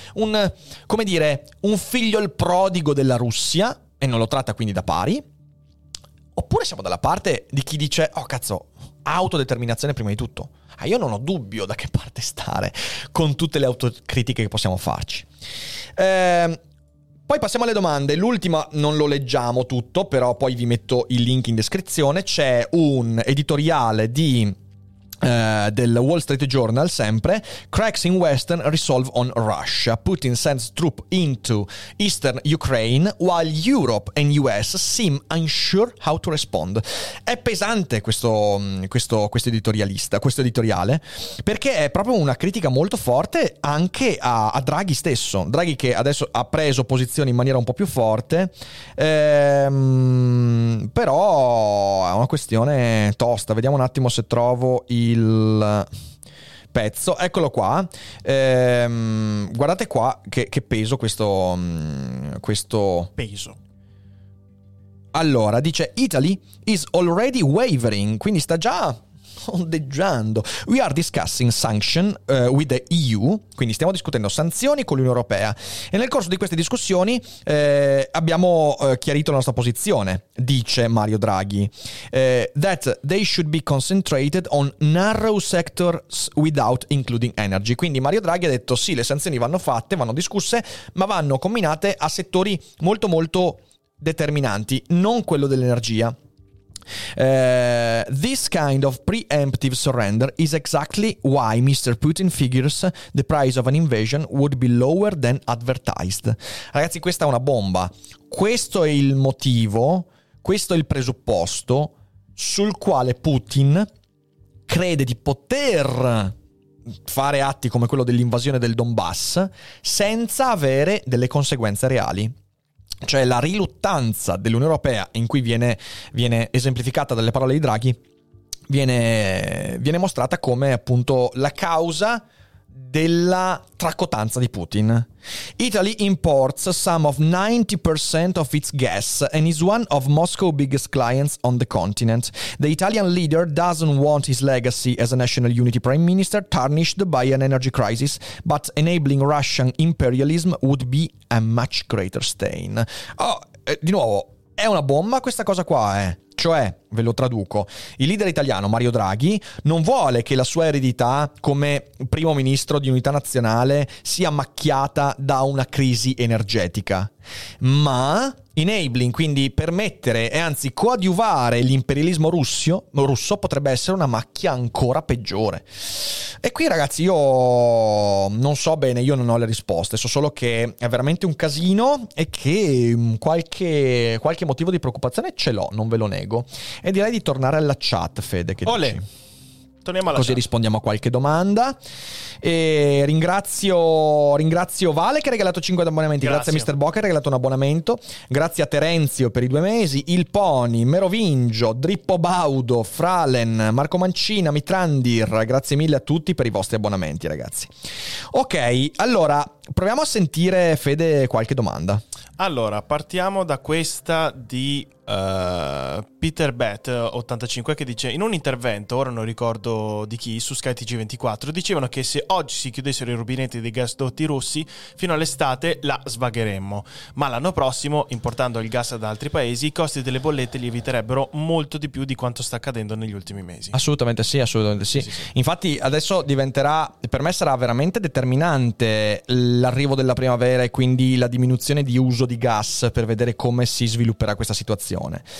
figlio il prodigo della Russia, e non lo tratta quindi da pari. Oppure siamo dalla parte di chi dice oh cazzo, autodeterminazione prima di tutto. Io non ho dubbio da che parte stare, con tutte le autocritiche che possiamo farci. Poi passiamo alle domande. L'ultima non lo leggiamo tutto, però poi vi metto il link in descrizione. C'è un editoriale del Wall Street Journal, sempre: cracks in Western resolve on Russia. Putin sends troops into eastern Ukraine while Europe and US seem unsure how to respond. È pesante questo editoriale, perché è proprio una critica molto forte anche a Draghi stesso. Draghi che adesso ha preso posizione in maniera un po' più forte, però è una questione tosta. Vediamo un attimo se trovo il pezzo. Eccolo qua. Guardate qua che peso questo peso. Allora, dice Italy is already wavering, quindi sta già ondeggiando. We are discussing sanction with the EU, quindi stiamo discutendo sanzioni con l'Unione Europea, e nel corso di queste discussioni abbiamo chiarito la nostra posizione, dice Mario Draghi, that they should be concentrated on narrow sectors without including energy. Quindi Mario Draghi ha detto sì, le sanzioni vanno fatte, vanno discusse, ma vanno combinate a settori molto molto determinanti, non quello dell'energia. This kind of preemptive surrender is exactly why Mr. Putin figures the price of an invasion would be lower than advertised. Ragazzi, questa è una bomba. Questo è il motivo, questo è il presupposto sul quale Putin crede di poter fare atti come quello dell'invasione del Donbass senza avere delle conseguenze reali. Cioè la riluttanza dell'Unione Europea, in cui viene esemplificata dalle parole di Draghi, viene mostrata come appunto la causa della tracotanza di Putin. Italy imports some of 90% of its gas and is one of Moscow's biggest clients on the continent. The Italian leader doesn't want his legacy as a national unity prime minister tarnished by an energy crisis, but enabling Russian imperialism would be a much greater stain. Di nuovo, è una bomba questa cosa qua, Cioè, ve lo traduco, il leader italiano Mario Draghi non vuole che la sua eredità come primo ministro di unità nazionale sia macchiata da una crisi energetica, ma enabling, quindi permettere e anzi coadiuvare l'imperialismo russo potrebbe essere una macchia ancora peggiore. E qui ragazzi io non so bene, io non ho le risposte, so solo che è veramente un casino e che qualche motivo di preoccupazione ce l'ho, non ve lo nego. E direi di tornare alla chat, Fede, che dici? Torniamo alla così chat. Rispondiamo a qualche domanda. E ringrazio Vale che ha regalato 5 abbonamenti. Grazie a Mr. Bo che ha regalato un abbonamento. Grazie a Terenzio per i 2 mesi. Il Pony, Merovingio, Drippo Baudo, Fralen, Marco Mancina, Mitrandir. Grazie mille a tutti per i vostri abbonamenti, ragazzi. Ok, allora proviamo a sentire, Fede, qualche domanda. Allora, partiamo da questa di Peter Bet 85 che dice: in un intervento, ora non ricordo di chi, su Sky TG24 dicevano che se oggi si chiudessero i rubinetti dei gasdotti russi fino all'estate la svagheremmo, ma l'anno prossimo, importando il gas da altri paesi, i costi delle bollette lieviterebbero molto di più di quanto sta accadendo negli ultimi mesi. Assolutamente sì. Infatti adesso diventerà, per me sarà veramente determinante l'arrivo della primavera e quindi la diminuzione di uso di gas per vedere come si svilupperà questa situazione.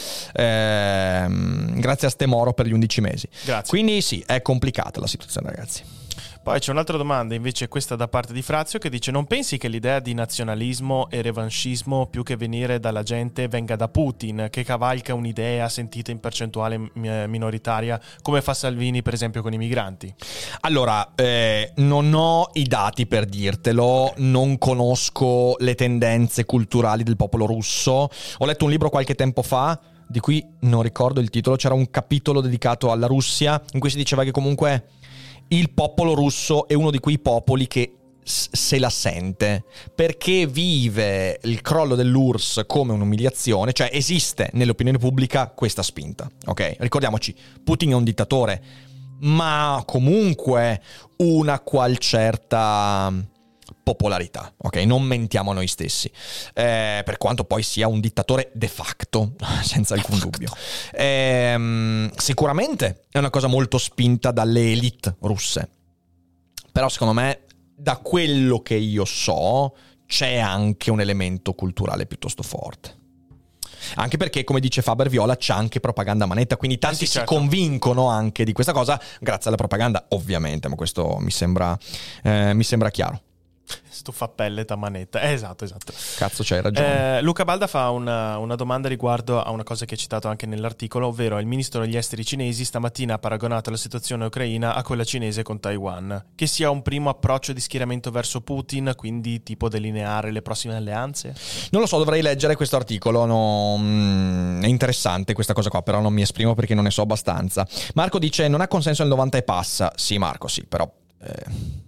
Grazie a Stemoro per gli 11 mesi. Grazie. Quindi sì, è complicata la situazione, ragazzi. Poi c'è un'altra domanda, invece questa da parte di Frazio, che dice: non pensi che l'idea di nazionalismo e revanchismo, più che venire dalla gente, venga da Putin, che cavalca un'idea sentita in percentuale minoritaria, come fa Salvini per esempio con i migranti? Allora, non ho i dati per dirtelo, non conosco le tendenze culturali del popolo russo. Ho letto un libro qualche tempo fa, di cui non ricordo il titolo, c'era un capitolo dedicato alla Russia, in cui si diceva che comunque il popolo russo è uno di quei popoli che se la sente, perché vive il crollo dell'URSS come un'umiliazione, cioè esiste nell'opinione pubblica questa spinta, ok? Ricordiamoci, Putin è un dittatore, ma comunque una qual certa popolarità, ok? Non mentiamo a noi stessi, per quanto poi sia un dittatore de facto, senza alcun dubbio. Sicuramente è una cosa molto spinta dalle elite russe, però secondo me, da quello che io so, c'è anche un elemento culturale piuttosto forte. Anche perché, come dice Faber Viola, c'è anche propaganda a manetta, quindi tanti sì, certo, si convincono anche di questa cosa grazie alla propaganda, ovviamente, ma questo mi sembra chiaro. Stufa a pellet a manetta. Esatto. Cazzo, c'hai ragione. Luca Balda fa una domanda riguardo a una cosa che hai citato anche nell'articolo, ovvero il ministro degli esteri cinesi stamattina ha paragonato la situazione ucraina a quella cinese con Taiwan. Che sia un primo approccio di schieramento verso Putin, quindi tipo delineare le prossime alleanze? Non lo so, dovrei leggere questo articolo. È interessante questa cosa qua, però non mi esprimo perché non ne so abbastanza. Marco dice: non ha consenso il 90 e passa. Sì, Marco, sì, però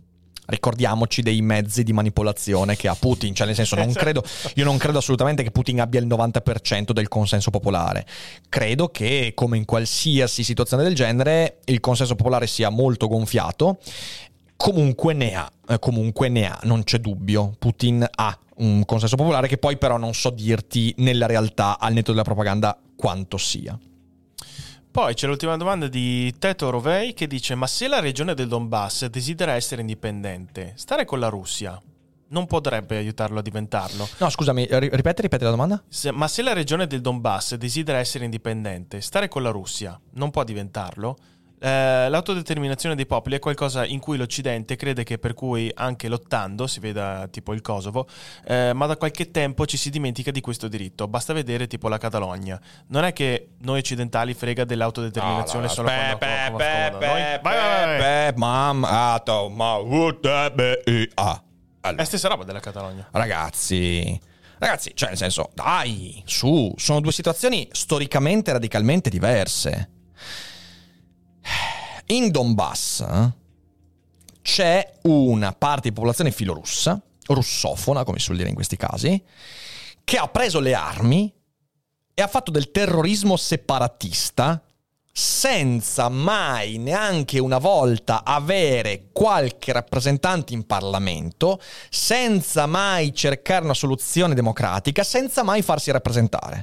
ricordiamoci dei mezzi di manipolazione che ha Putin, cioè nel senso io non credo assolutamente che Putin abbia il 90% del consenso popolare. Credo che, come in qualsiasi situazione del genere, il consenso popolare sia molto gonfiato. Comunque ne ha, non c'è dubbio. Putin ha un consenso popolare che poi però non so dirti nella realtà, al netto della propaganda, quanto sia. Poi c'è l'ultima domanda di Teto Rovei che dice: ma se la regione del Donbass desidera essere indipendente, stare con la Russia non potrebbe aiutarlo a diventarlo? No, scusami, ripeti la domanda? Ma se la regione del Donbass desidera essere indipendente, stare con la Russia non può diventarlo? L'autodeterminazione dei popoli è qualcosa in cui l'Occidente crede che, per cui anche lottando, si veda tipo il Kosovo, ma da qualche tempo ci si dimentica di questo diritto. Basta vedere tipo la Catalogna. Non è che noi occidentali frega dell'autodeterminazione solo quando è la stessa roba della Catalogna. Ragazzi, cioè nel senso, dai, su, sono due situazioni storicamente radicalmente diverse. In Donbass c'è una parte di popolazione filorussa, russofona, come si suol dire in questi casi, che ha preso le armi e ha fatto del terrorismo separatista senza mai neanche una volta avere qualche rappresentante in Parlamento, senza mai cercare una soluzione democratica, senza mai farsi rappresentare.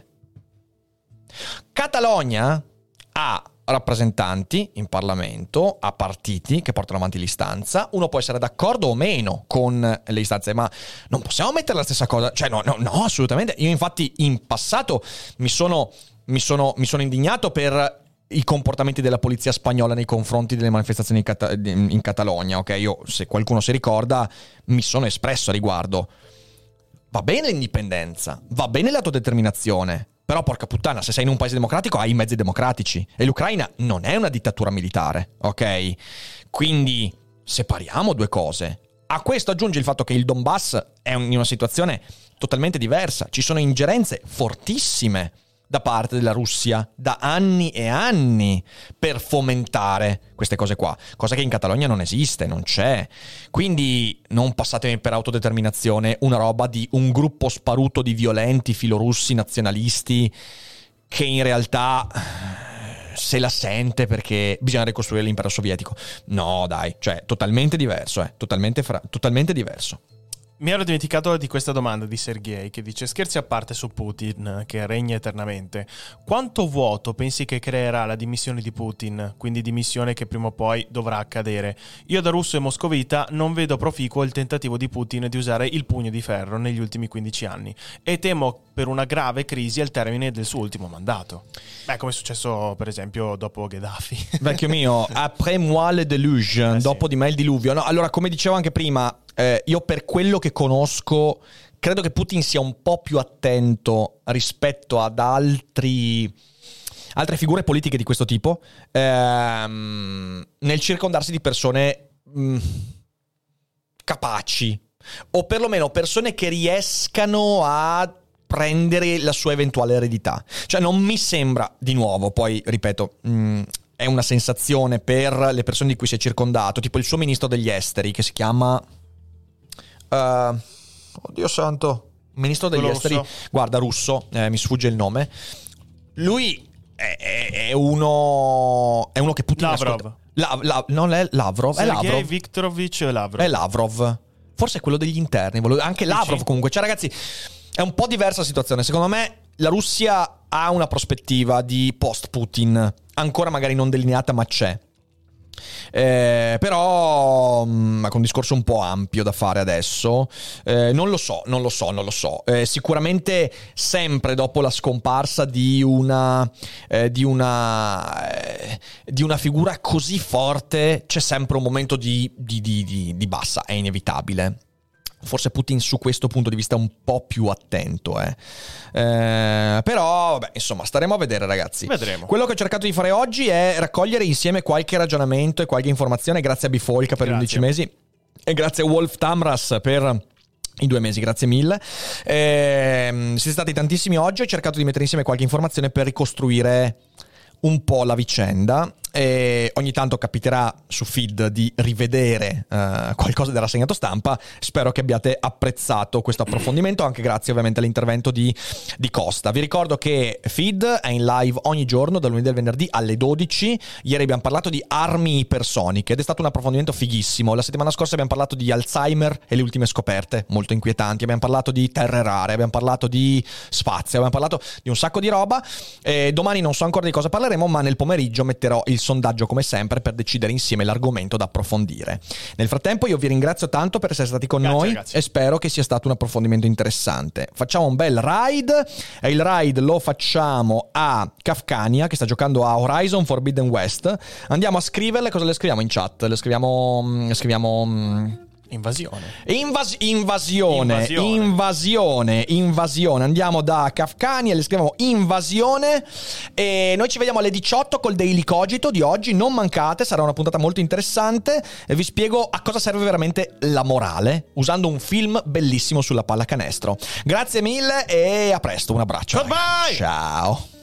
Catalogna ha rappresentanti in Parlamento, a partiti che portano avanti l'istanza. Uno può essere d'accordo o meno con le istanze, ma non possiamo mettere la stessa cosa. Cioè no, assolutamente. Io infatti in passato mi sono indignato per i comportamenti della polizia spagnola nei confronti delle manifestazioni in Catalogna. Ok, io, se qualcuno si ricorda, mi sono espresso a riguardo. Va bene l'indipendenza, va bene l'autodeterminazione, però porca puttana, se sei in un paese democratico hai i mezzi democratici e l'Ucraina non è una dittatura militare, ok? Quindi separiamo due cose. A questo aggiungi il fatto che il Donbass è in una situazione totalmente diversa. Ci sono ingerenze fortissime da parte della Russia da anni e anni per fomentare queste cose qua, cosa che in Catalogna non esiste, non c'è. Quindi non passatemi per autodeterminazione una roba di un gruppo sparuto di violenti filorussi nazionalisti che in realtà se la sente perché bisogna ricostruire l'impero sovietico. No dai, cioè totalmente diverso, totalmente diverso. Mi ero dimenticato di questa domanda di Sergei che dice: scherzi a parte su Putin che regna eternamente, quanto vuoto pensi che creerà la dimissione di Putin, quindi dimissione che prima o poi dovrà accadere? Io da russo e moscovita non vedo proficuo il tentativo di Putin di usare il pugno di ferro negli ultimi 15 anni e temo per una grave crisi al termine del suo ultimo mandato. Beh, come è successo per esempio dopo Gheddafi. Vecchio mio, après moi le deluge, dopo di me il diluvio. No, allora, come dicevo anche prima, io per quello che conosco credo che Putin sia un po' più attento rispetto ad altre figure politiche di questo tipo nel circondarsi di persone capaci, o perlomeno persone che riescano a prendere la sua eventuale eredità. Cioè non mi sembra, di nuovo, poi ripeto, è una sensazione per le persone di cui si è circondato, tipo il suo ministro degli esteri che si chiama oddio santo, ministro degli esteri, guarda, russo, mi sfugge il nome. Lui è uno che Putin Lavrov. Non è Lavrov, Sergei è Lavrov. Viktorovich Lavrov. È Lavrov. Forse è quello degli interni, anche Lavrov comunque. Cioè ragazzi, è un po' diversa la situazione. Secondo me la Russia ha una prospettiva di post-Putin, ancora magari non delineata, ma c'è. Però con un discorso un po' ampio da fare adesso, non lo so. Sicuramente sempre dopo la scomparsa di una figura così forte c'è sempre un momento di bassa, è inevitabile. Forse Putin su questo punto di vista è un po' più attento, però vabbè, insomma, staremo a vedere, ragazzi. Vedremo. Quello che ho cercato di fare oggi è raccogliere insieme qualche ragionamento e qualche informazione. Grazie a Bifolca per gli 11 mesi e grazie a Wolf Tamras per i 2 mesi, grazie mille. Siete stati tantissimi oggi. Ho cercato di mettere insieme qualche informazione per ricostruire un po' la vicenda. e ogni tanto capiterà su feed di rivedere qualcosa del rassegnato stampa. Spero che abbiate apprezzato questo approfondimento, anche grazie ovviamente all'intervento di Costa. Vi ricordo che feed è in live ogni giorno dal lunedì al venerdì alle 12. Ieri abbiamo parlato di armi ipersoniche ed è stato un approfondimento fighissimo. La settimana scorsa abbiamo parlato di Alzheimer e le ultime scoperte molto inquietanti, abbiamo parlato di terre rare, abbiamo parlato di spazio, abbiamo parlato di un sacco di roba. Domani non so ancora di cosa parleremo, ma nel pomeriggio metterò il sondaggio come sempre per decidere insieme l'argomento da approfondire. Nel frattempo io vi ringrazio tanto per essere stati con noi, ragazzi, e spero che sia stato un approfondimento interessante. Facciamo un bel ride e il ride lo facciamo a Kafkania, che sta giocando a Horizon Forbidden West. Andiamo a scriverle. Cosa le scriviamo in chat? Le scriviamo Invasione. Andiamo da Kafkania, le scriviamo invasione e noi ci vediamo alle 18 col Daily Cogito di oggi. Non mancate, sarà una puntata molto interessante e vi spiego a cosa serve veramente la morale usando un film bellissimo sulla pallacanestro. Grazie mille e a presto, un abbraccio. Bye. Ciao.